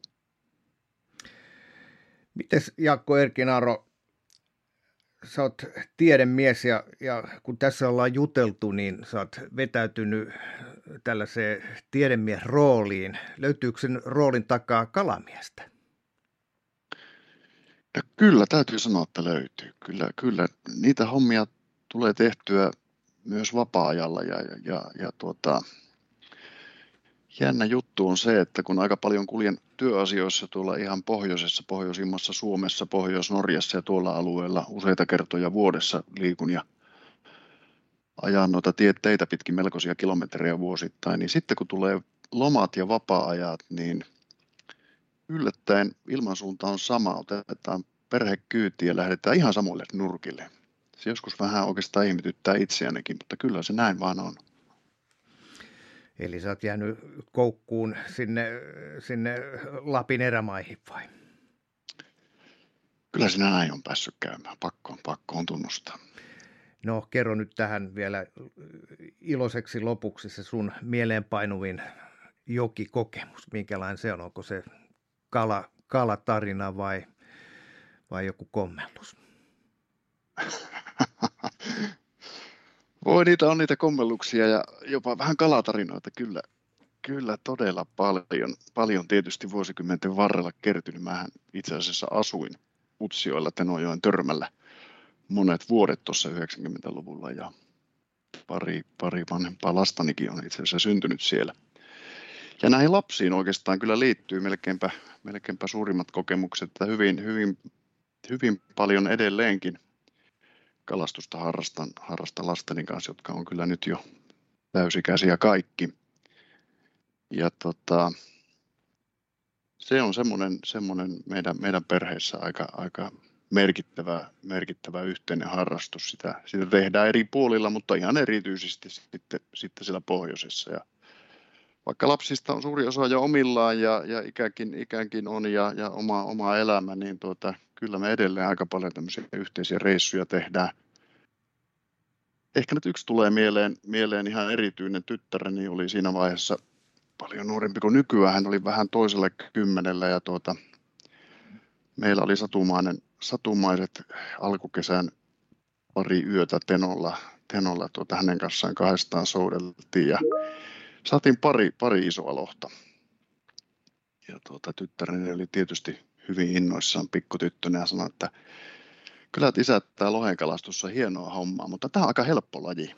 [SPEAKER 2] Mites Jaakko Erkinaaro, sä oot tiedemies ja, ja kun tässä ollaan juteltu, niin sä oot vetäytynyt tällaiseen tiedemies rooliin. Löytyykö sen roolin takaa kalamiestä?
[SPEAKER 1] Ja kyllä, täytyy sanoa, että löytyy. Kyllä, kyllä niitä hommia tulee tehtyä myös vapaa-ajalla ja, ja, ja, ja tuota, jännä juttu on se, että kun aika paljon kuljen työasioissa tuolla ihan pohjoisessa, pohjoisimmassa Suomessa, Pohjois-Norjassa ja tuolla alueella useita kertoja vuodessa liikun ja ajaa noita tietteitä pitkin melkoisia kilometrejä vuosittain, niin sitten kun tulee lomat ja vapaa-ajat, niin yllättäen ilmansuunta on sama, otetaan perhe kyytiin ja lähdetään ihan samoille nurkille. Se joskus vähän oikeastaan ihmetyttää itseänikin, mutta kyllä se näin vaan on.
[SPEAKER 2] Eli sä oot jäänyt koukkuun sinne, sinne Lapin erämaihin vai?
[SPEAKER 1] Kyllä sinä näin on päässyt käymään, pakko on, pakko on tunnustaa.
[SPEAKER 2] No kerro nyt tähän vielä iloiseksi lopuksi se sun mieleenpainuvin jokikokemus. Minkälainen se on? Onko se kala, kalatarina vai, vai joku kommellus?
[SPEAKER 1] Voi, niitä on niitä kommelluksia ja jopa vähän kalatarinoita, kyllä, kyllä todella paljon. Paljon tietysti vuosikymmenten varrella kertynyt. Mähän itse asiassa asuin Utsjoella Tenojoen Törmällä monet vuodet tuossa yhdeksänkymmentäluvulla ja pari, pari vanhempaa lastanikin on itse asiassa syntynyt siellä. Ja näihin lapsiin oikeastaan kyllä liittyy melkeinpä, melkeinpä suurimmat kokemukset, että hyvin, hyvin, hyvin paljon edelleenkin kalastusta harrastan, harrastan lasteni kanssa, jotka on kyllä nyt jo täysikäisiä kaikki. Ja tota, se on semmoinen, semmoinen meidän, meidän perheessä aika, aika merkittävä, merkittävä yhteinen harrastus. Sitä, sitä tehdään eri puolilla, mutta ihan erityisesti sitten, sitten siellä pohjoisessa. Ja vaikka lapsista on suuri osa jo omillaan ja, ja ikäänkin, ikäänkin on ja, ja oma, oma elämä, niin tuota, kyllä me edelleen aika paljon tämmöisiä yhteisiä reissuja tehdään. Ehkä nyt yksi tulee mieleen, mieleen ihan erityinen. Tyttäreni oli siinä vaiheessa paljon nuorempi kuin nykyään. Hän oli vähän toisella kymmenellä ja tuota, meillä oli satumainen, satumaiset alkukesän pari yötä Tenolla. Tenolla tuota, hänen kanssaan kahdestaan soudeltiin ja saatiin pari, pari isoa lohta. Ja tuota, tyttäreni oli tietysti hyvin innoissaan pikkutyttönä ja sanoi, että kyllä isä, tämä lohenkalastus on hienoa hommaa, mutta tämä on aika helppo laji.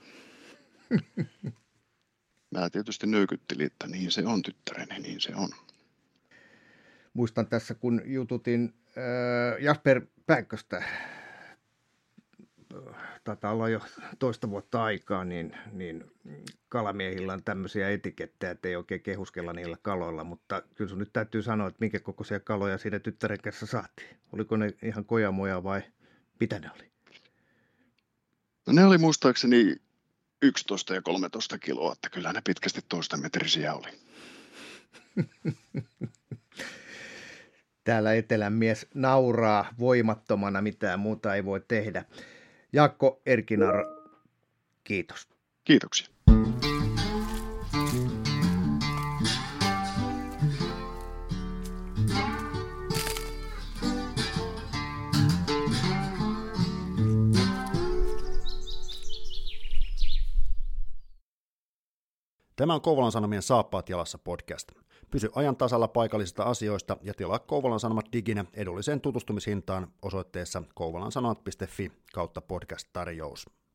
[SPEAKER 1] Mä tietysti nyökyttelin, että niin se on tyttäreni, niin se on.
[SPEAKER 2] Muistan tässä, kun jututin äh, Jasper Päikköstä, taitaa olla jo toista vuotta aikaa, niin, niin kalamiehillä on tämmöisiä etikettejä, että ei oikein kehuskella niillä kaloilla, mutta kyllä sun nyt täytyy sanoa, että minkä kokoisia kaloja siinä tyttären kanssa saatiin. Oliko ne ihan kojamoja vai mitä ne oli?
[SPEAKER 1] No ne oli muistaakseni yksitoista ja kolmetoista kiloa, että kyllä ne pitkästi toista metrisiä oli.
[SPEAKER 2] Täällä etelän mies nauraa voimattomana, mitään muuta ei voi tehdä. Jaakko Erkinar, kiitos.
[SPEAKER 1] Kiitoksia.
[SPEAKER 3] Tämä on Kouvolan Sanomien Saappaat jalassa podcast. Pysy ajan tasalla paikallisista asioista ja tilaa Kouvolan Sanomat diginä edulliseen tutustumishintaan osoitteessa kouvolansanomat piste fi kautta podcast-tarjous.